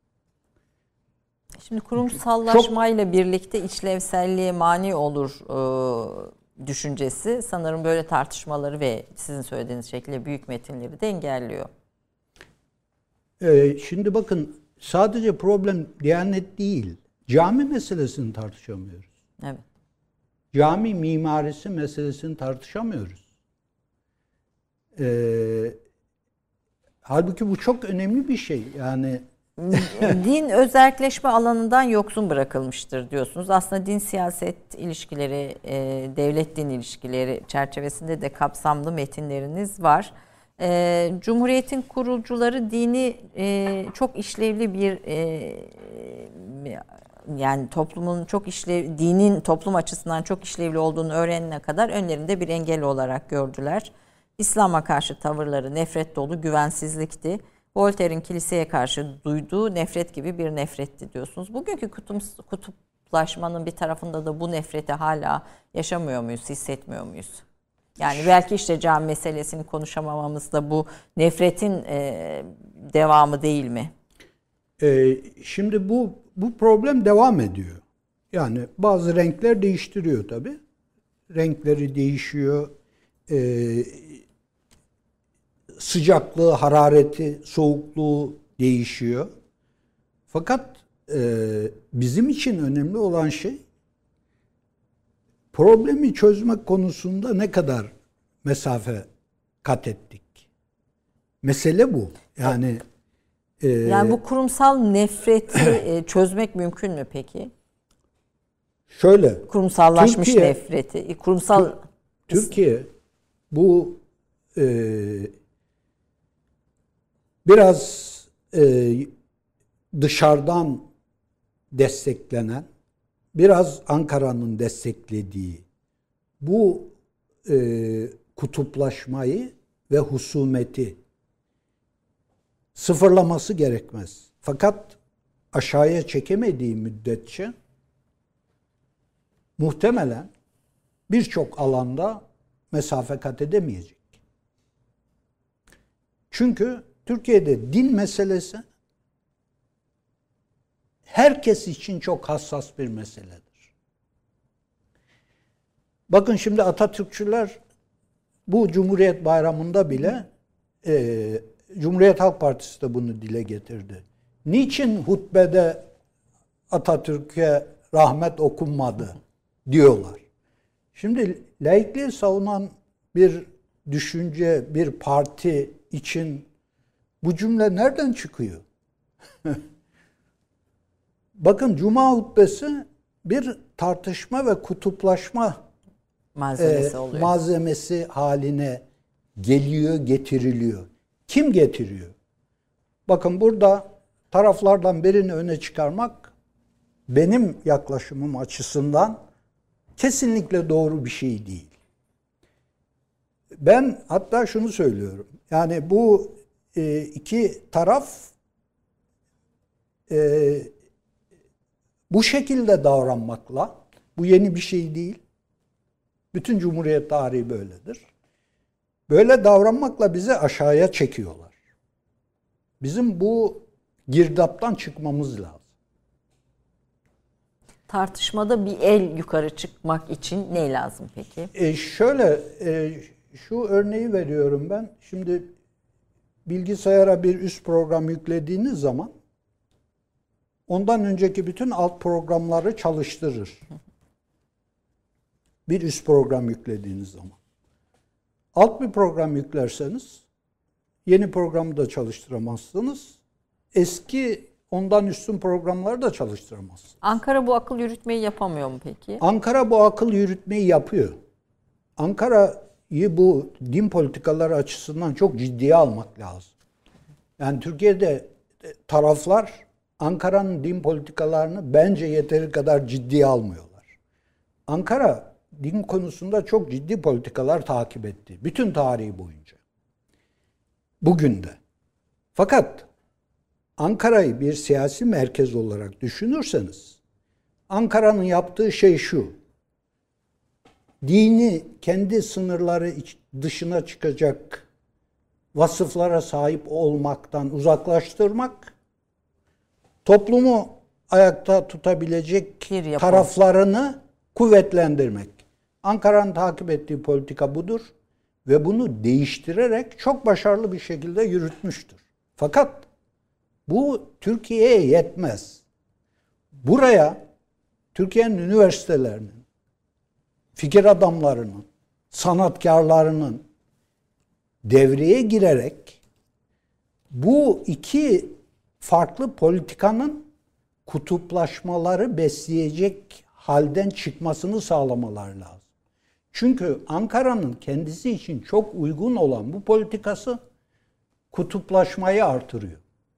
Şimdi kurumsallaşmayla birlikte işlevselliğe mani olur düşüncesi sanırım böyle tartışmaları ve sizin söylediğiniz şekilde büyük metinleri de engelliyor. Şimdi bakın sadece problem Diyanet değil. Cami meselesini tartışamıyoruz. Evet. Cami mimarisi meselesini tartışamıyoruz. Halbuki bu çok önemli bir şey. Yani din özerkleşme alanından yoksun bırakılmıştır diyorsunuz. Aslında din siyaset ilişkileri, devlet-din ilişkileri çerçevesinde de kapsamlı metinleriniz var. Cumhuriyetin kurucuları dini çok işlevli bir yani toplumun çok dinin toplum açısından çok işlevli olduğunu öğrenene kadar önlerinde bir engel olarak gördüler. İslam'a karşı tavırları nefret dolu, güvensizlikti. Voltaire'in kiliseye karşı duyduğu nefret gibi bir nefretti diyorsunuz. Bugünkü kutuplaşmanın bir tarafında da bu nefreti hala yaşamıyor muyuz, hissetmiyor muyuz? Yani belki işte cami meselesini konuşamamamız da bu nefretin devamı değil mi? Şimdi bu problem devam ediyor. Yani bazı renkler değiştiriyor tabii. Renkleri değişiyor. Sıcaklığı, harareti, soğukluğu değişiyor. Fakat bizim için önemli olan şey problemi çözmek konusunda ne kadar mesafe kat ettik. Mesele bu. Yani bu kurumsal nefreti çözmek mümkün mü peki? Şöyle. Kurumsallaşmış nefreti. Türkiye bu biraz dışarıdan desteklenen, biraz Ankara'nın desteklediği bu kutuplaşmayı ve husumeti sıfırlaması gerekmez. Fakat aşağıya çekemediği müddetçe muhtemelen birçok alanda mesafe kat edemeyecek. Çünkü Türkiye'de din meselesi herkes için çok hassas bir meseledir. Bakın şimdi Atatürkçüler bu Cumhuriyet Bayramı'nda bile Cumhuriyet Halk Partisi de bunu dile getirdi. Niçin hutbede Atatürk'e rahmet okunmadı diyorlar. Şimdi laikliği savunan bir düşünce, bir parti için bu cümle nereden çıkıyor? Bakın Cuma hutbesi bir tartışma ve kutuplaşma malzemesi haline geliyor, getiriliyor. Kim getiriyor? Bakın burada taraflardan birini öne çıkarmak benim yaklaşımım açısından kesinlikle doğru bir şey değil. Ben hatta şunu söylüyorum. Yani bu iki taraf bu şekilde davranmakla, bu yeni bir şey değil. Bütün Cumhuriyet tarihi böyledir. Böyle davranmakla bizi aşağıya çekiyorlar. Bizim bu girdaptan çıkmamız lazım. Tartışmada bir el yukarı çıkmak için ne lazım peki? Şu örneği veriyorum ben. Şimdi bilgisayara bir üst program yüklediğiniz zaman ondan önceki bütün alt programları çalıştırır. Bir üst program yüklediğiniz zaman. Alt bir program yüklerseniz yeni programı da çalıştıramazsınız. Eski ondan üstün programları da çalıştıramazsınız. Ankara bu akıl yürütmeyi yapamıyor mu peki? Ankara bu akıl yürütmeyi yapıyor. Ankara'yı bu din politikaları açısından çok ciddiye almak lazım. Yani Türkiye'de taraflar Ankara'nın din politikalarını bence yeteri kadar ciddiye almıyorlar. Ankara din konusunda çok ciddi politikalar takip etti. Bütün tarihi boyunca. Bugün de. Fakat Ankara'yı bir siyasi merkez olarak düşünürseniz Ankara'nın yaptığı şey şu. Dini kendi sınırları dışına çıkacak vasıflara sahip olmaktan uzaklaştırmak, toplumu ayakta tutabilecek taraflarını kuvvetlendirmek. Ankara'nın takip ettiği politika budur ve bunu değiştirerek çok başarılı bir şekilde yürütmüştür. Fakat bu Türkiye'ye yetmez. Buraya Türkiye'nin üniversitelerinin, fikir adamlarının, sanatkarlarının devreye girerek bu iki farklı politikanın kutuplaşmaları besleyecek halden çıkmasını sağlamalar lazım. Çünkü Ankara'nın kendisi için çok uygun olan bu politikası kutuplaşmayı artırıyor.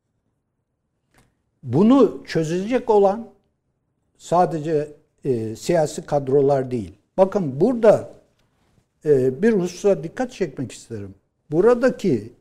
Bunu çözecek olan sadece siyasi kadrolar değil. Bakın burada bir hususa dikkat çekmek isterim. Buradaki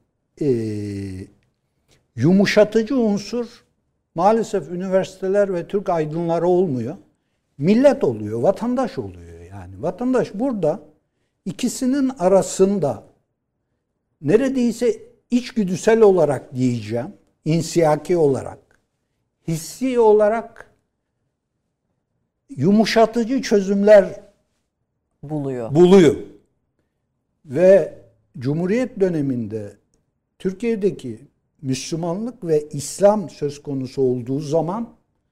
yumuşatıcı unsur maalesef üniversiteler ve Türk aydınları olmuyor. Millet oluyor, vatandaş oluyor yani. Vatandaş burada ikisinin arasında neredeyse içgüdüsel olarak diyeceğim, insiyaki olarak, hissi olarak yumuşatıcı çözümler buluyor. Ve Cumhuriyet döneminde Türkiye'deki Müslümanlık ve İslam söz konusu olduğu zaman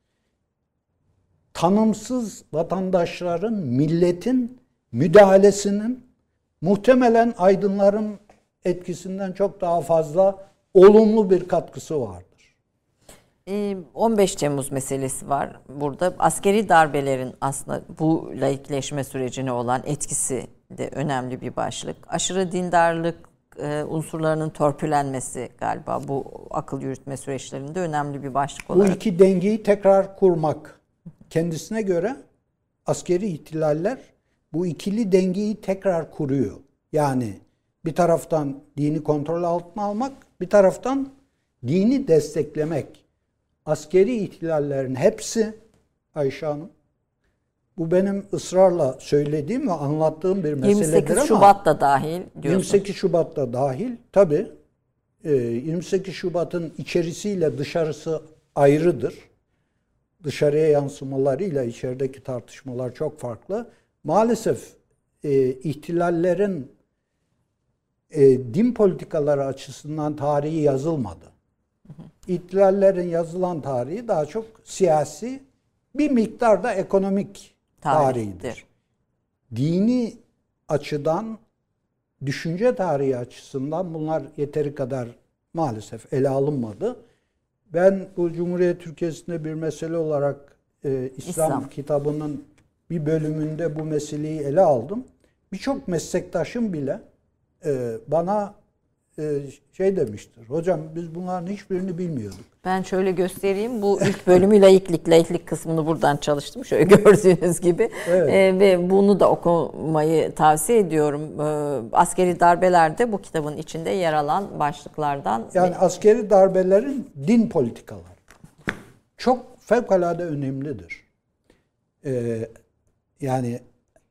tanımsız vatandaşların, milletin müdahalesinin muhtemelen aydınların etkisinden çok daha fazla olumlu bir katkısı vardır. 15 Temmuz meselesi var burada. Askeri darbelerin aslında bu laikleşme sürecine olan etkisi de önemli bir başlık. Aşırı dindarlık unsurlarının törpülenmesi galiba bu akıl yürütme süreçlerinde önemli bir başlık olarak. Bu iki dengeyi tekrar kurmak. Kendisine göre askeri ihtilaller bu ikili dengeyi tekrar kuruyor. Yani bir taraftan dini kontrol altına almak, bir taraftan dini desteklemek. Askeri ihtilallerin hepsi Ayşe Hanım, bu benim ısrarla söylediğim ve anlattığım bir meseledir 28 Şubat da dahil diyorsun. 28 Şubat da dahil tabii. 28 Şubat'ın içerisiyle dışarısı ayrıdır. Dışarıya yansımalarıyla içerideki tartışmalar çok farklı. Maalesef ihtilallerin din politikaları açısından tarihi yazılmadı. İhtilallerin yazılan tarihi daha çok siyasi, bir miktar da ekonomik tarihidir. Dini açıdan, düşünce tarihi açısından bunlar yeteri kadar maalesef ele alınmadı. Ben bu Cumhuriyet Türkiye'sinde bir mesele olarak İslam kitabının bir bölümünde bu meseleyi ele aldım. Birçok meslektaşım bile bana şey demiştir. Hocam biz bunların hiçbirini bilmiyorduk. Ben şöyle göstereyim. Bu ilk bölümü laiklik kısmını buradan çalıştım. Şöyle gördüğünüz gibi. Evet. Ve bunu da okumayı tavsiye ediyorum. Askeri darbelerde bu kitabın içinde yer alan başlıklardan. Yani askeri darbelerin din politikaları çok fevkalade önemlidir. Yani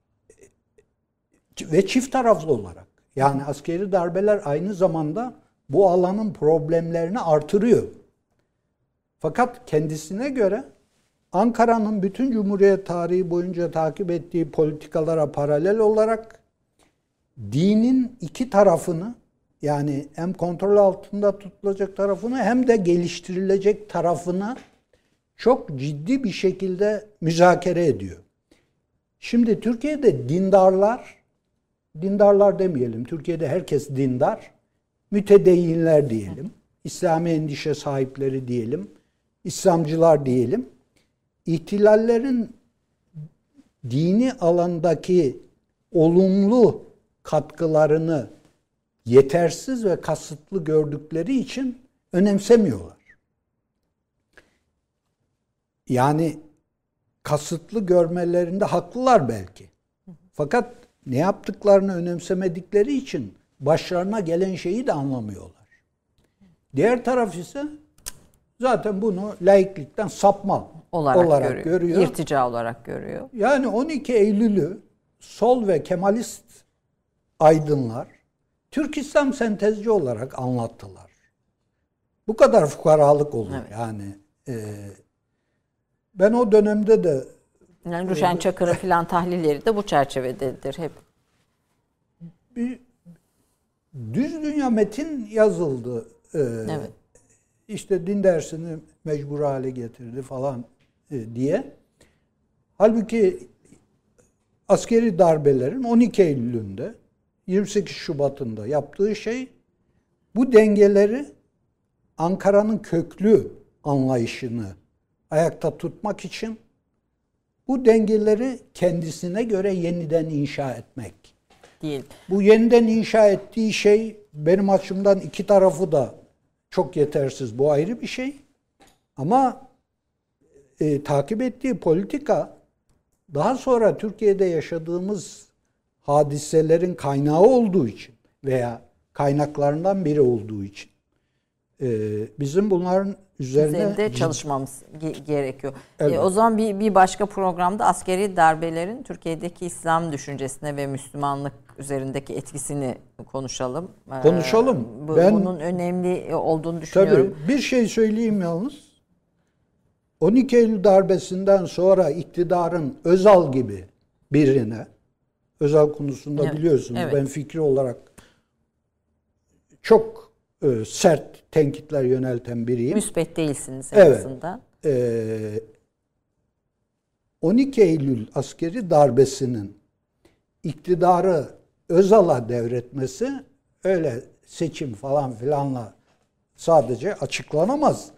ve çift taraflı olarak. Yani askeri darbeler aynı zamanda bu alanın problemlerini artırıyor. Fakat kendisine göre Ankara'nın bütün Cumhuriyet tarihi boyunca takip ettiği politikalara paralel olarak dinin iki tarafını, yani hem kontrol altında tutulacak tarafını hem de geliştirilecek tarafını çok ciddi bir şekilde müzakere ediyor. Şimdi Türkiye'de dindarlar demeyelim, Türkiye'de herkes dindar, mütedeyyinler diyelim, İslami endişe sahipleri diyelim, İslamcılar diyelim. İhtilallerin dini alandaki olumlu katkılarını yetersiz ve kasıtlı gördükleri için önemsemiyorlar. Yani kasıtlı görmelerinde haklılar belki. Fakat ne yaptıklarını önemsemedikleri için başlarına gelen şeyi de anlamıyorlar. Diğer taraf ise zaten bunu laiklikten sapma olarak görüyor. İrtica olarak görüyor. Yani 12 Eylül'ü sol ve Kemalist aydınlar Türk İslam sentezci olarak anlattılar. Bu kadar fukaralık olur. Evet. Yani ben o dönemde de yani Ruşen Çakır'ın filan tahlilleri de bu çerçevededir hep. Bir düz dünya metin yazıldı. Evet. İşte din dersini mecbur hale getirdi falan diye. Halbuki askeri darbelerin 12 Eylül'ünde 28 Şubat'ında yaptığı şey bu dengeleri, Ankara'nın köklü anlayışını ayakta tutmak için bu dengeleri kendisine göre yeniden inşa etmek. Değil. Bu yeniden inşa ettiği şey benim açımdan iki tarafı da çok yetersiz. Bu ayrı bir şey. Ama takip ettiği politika daha sonra Türkiye'de yaşadığımız hadiselerin kaynağı olduğu için veya kaynaklarından biri olduğu için bizim bunların üzerinde çalışmamız gerekiyor. Evet. O zaman bir başka programda askeri darbelerin Türkiye'deki İslam düşüncesine ve Müslümanlık üzerindeki etkisini konuşalım. Konuşalım. Bunun önemli olduğunu düşünüyorum. Tabii bir şey söyleyeyim yalnız. 12 Eylül darbesinden sonra iktidarın Özal gibi birine, Özal konusunda evet, biliyorsunuz evet, ben fikri olarak çok sert tenkitler yönelten biriyim. Müspet değilsiniz en azından. 12 Eylül askeri darbesinin iktidarı Özal'a devretmesi öyle seçim falan filanla sadece açıklanamaz.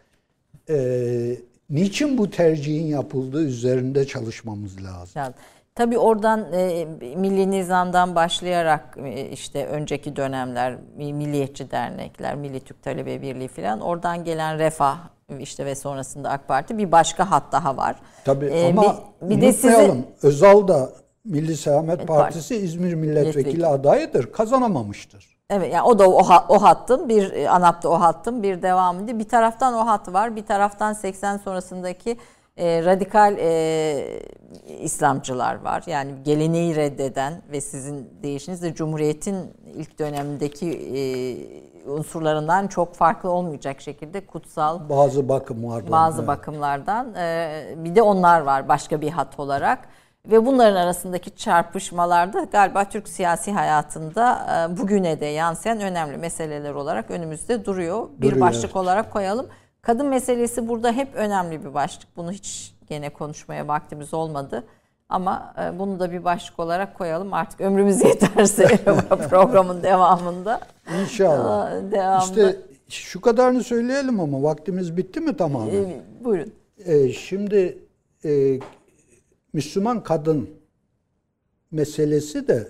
Niçin bu tercihin yapıldığı üzerinde çalışmamız lazım. Yani, tabii oradan Milli Nizam'dan başlayarak işte önceki dönemler milliyetçi dernekler, Milli Türk Talebe Birliği falan, oradan gelen Refah işte ve sonrasında AK Parti, bir başka hat daha var. Tabii ama bir de sizin Özal da Milli Selamet Partisi İzmir Milletvekili adayıdır. Kazanamamıştır. Evet, yani o da o hattın bir ANAP'ta o hattın bir devamıydı. Bir taraftan o hat var, bir taraftan 80 sonrasındaki radikal İslamcılar var. Yani geleneği reddeden ve sizin deyişinizle Cumhuriyet'in ilk dönemindeki unsurlarından çok farklı olmayacak şekilde kutsal bazı bakımlardan. bazı bakımlardan bir de onlar var başka bir hat olarak. Ve bunların arasındaki çarpışmalarda galiba Türk siyasi hayatında bugüne de yansıyan önemli meseleler olarak önümüzde duruyor. Bir başlık evet. olarak koyalım. Kadın meselesi burada hep önemli bir başlık. Bunu hiç gene konuşmaya vaktimiz olmadı. Ama bunu da bir başlık olarak koyalım. Artık ömrümüz yeterse programın devamında. İnşallah. Devamında. İşte şu kadarını söyleyelim ama vaktimiz bitti mi tamamen? Buyurun. Şimdi Müslüman kadın meselesi de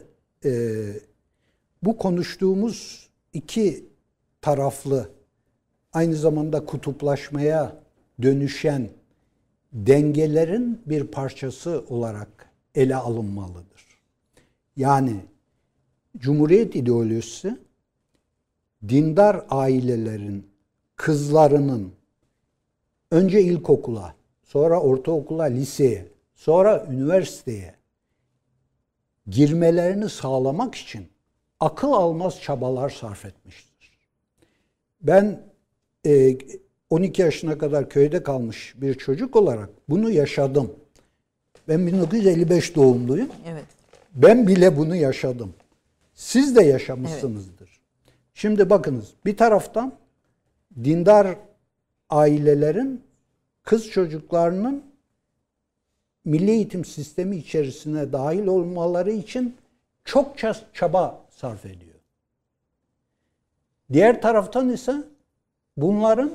bu konuştuğumuz iki taraflı aynı zamanda kutuplaşmaya dönüşen dengelerin bir parçası olarak ele alınmalıdır. Yani Cumhuriyet ideolojisi dindar ailelerin kızlarının önce ilkokula, sonra ortaokula, liseye, sonra üniversiteye girmelerini sağlamak için akıl almaz çabalar sarf etmiştir. Ben 12 yaşına kadar köyde kalmış bir çocuk olarak bunu yaşadım. Ben 1955 doğumluyum. Evet. Ben bile bunu yaşadım. Siz de yaşamışsınızdır. Evet. Şimdi bakınız, bir taraftan dindar ailelerin kız çocuklarının milli eğitim sistemi içerisine dahil olmaları için çokça çaba sarf ediyor. Diğer taraftan ise bunların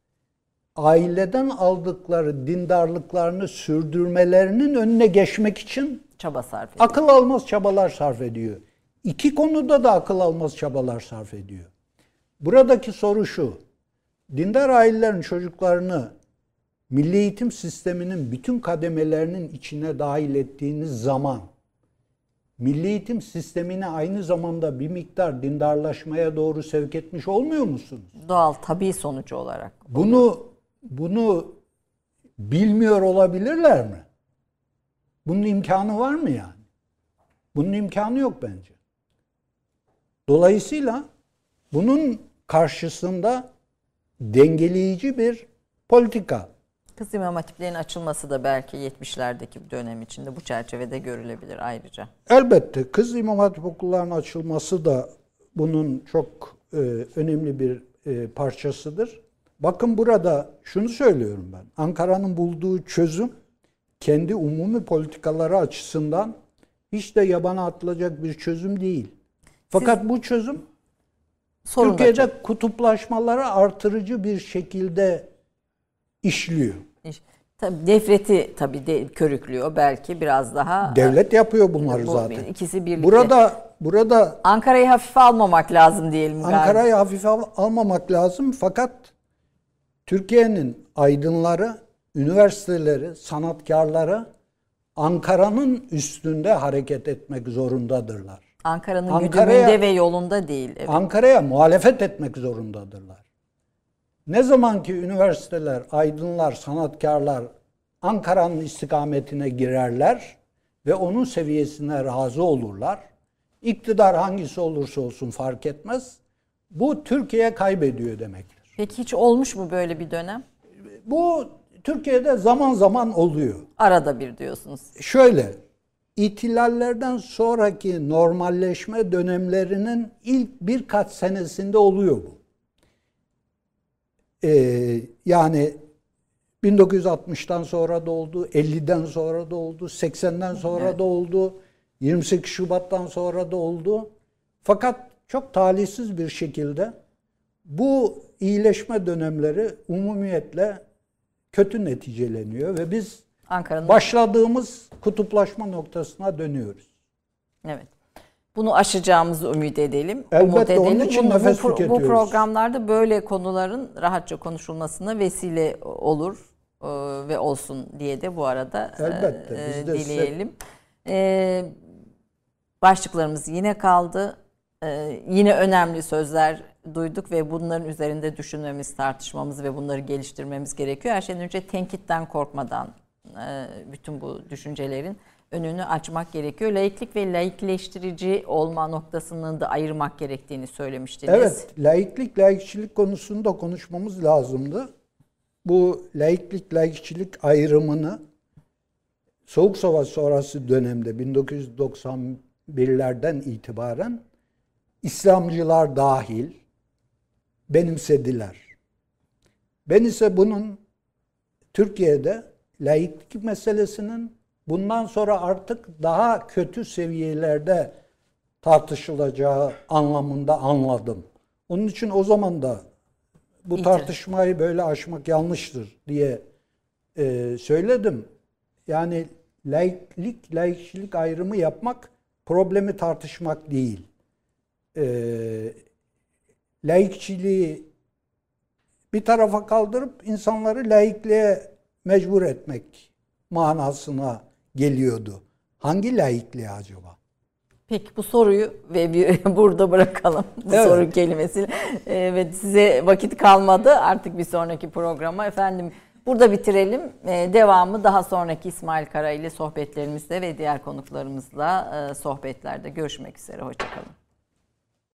aileden aldıkları dindarlıklarını sürdürmelerinin önüne geçmek için Çaba sarf ediyor. Akıl almaz çabalar sarf ediyor. İki konuda da akıl almaz çabalar sarf ediyor. Buradaki soru şu: dindar ailelerin çocuklarını milli eğitim sisteminin bütün kademelerinin içine dahil ettiğiniz zaman milli eğitim sistemini aynı zamanda bir miktar dindarlaşmaya doğru sevk etmiş olmuyor musunuz? Doğal, tabii sonucu olarak. Bunu bilmiyor olabilirler mi? Bunun imkanı var mı yani? Bunun imkanı yok bence. Dolayısıyla bunun karşısında dengeleyici bir politika. Kız imam hatiplerinin açılması da belki 70'lerdeki bir dönem içinde bu çerçevede görülebilir ayrıca. Elbette kız imam hatip okullarının açılması da bunun çok önemli bir parçasıdır. Bakın burada şunu söylüyorum ben. Ankara'nın bulduğu çözüm kendi umumi politikaları açısından hiç de yabana atılacak bir çözüm değil. Fakat bu çözüm Türkiye'de kutuplaşmaları artırıcı bir şekilde işliyor. Tabii nefreti körüklüyor belki biraz daha. Devlet yapıyor bunları zaten. İkisi birlikte. Burada Ankara'yı hafife almamak lazım diyelim. Ankara'yı hafife almamak lazım fakat Türkiye'nin aydınları, üniversiteleri, sanatkarları Ankara'nın üstünde hareket etmek zorundadırlar. Ankara'nın güdümünde ve yolunda değil. Evet. Ankara'ya muhalefet etmek zorundadırlar. Ne zaman ki üniversiteler, aydınlar, sanatkarlar Ankara'nın istikametine girerler ve onun seviyesine razı olurlar, iktidar hangisi olursa olsun fark etmez, bu Türkiye kaybediyor demektir. Peki hiç olmuş mu böyle bir dönem? Bu Türkiye'de zaman zaman oluyor. Arada bir diyorsunuz. Şöyle, ihtilallerden sonraki normalleşme dönemlerinin ilk birkaç senesinde oluyor bu. Yani 1960'tan sonra da oldu, 50'den sonra da oldu, 80'den sonra da oldu, 28 Şubat'tan sonra da oldu. Fakat çok talihsiz bir şekilde bu iyileşme dönemleri umumiyetle kötü neticeleniyor ve biz başladığımız kutuplaşma noktasına dönüyoruz. Evet. Bunu aşacağımızı ümit edelim. Elbette onun için nefes tüketiyoruz. Bu programlarda böyle konuların rahatça konuşulmasına vesile olur ve olsun diye de bu arada dileyelim. Başlıklarımız yine kaldı. Yine önemli sözler duyduk ve bunların üzerinde düşünmemiz, tartışmamız ve bunları geliştirmemiz gerekiyor. Her şeyden önce tenkitten korkmadan bütün bu düşüncelerin önünü açmak gerekiyor. Laiklik ve laikleştirici olma noktasını da ayırmak gerektiğini söylemiştiniz. Evet, laiklik, laikçilik konusunda konuşmamız lazımdı. Bu laiklik, laikçilik ayrımını Soğuk Savaş sonrası dönemde 1991'lerden itibaren İslamcılar dahil benimsediler. Ben ise bunun Türkiye'de laiklik meselesinin bundan sonra artık daha kötü seviyelerde tartışılacağı anlamında anladım. Onun için o zaman da bu tartışmayı böyle aşmak yanlıştır diye söyledim. Yani laiklik, laikçilik ayrımı yapmak problemi tartışmak değil. Laikçiliği bir tarafa kaldırıp insanları laikliğe mecbur etmek manasına geliyordu. Hangi laikliğe acaba? Peki bu soruyu burada bırakalım. Bu evet. Soru kelimesi. Evet, size vakit kalmadı artık bir sonraki programa. Efendim burada bitirelim. Devamı daha sonraki İsmail Kara ile sohbetlerimizde ve diğer konuklarımızla sohbetlerde görüşmek üzere. Hoşçakalın.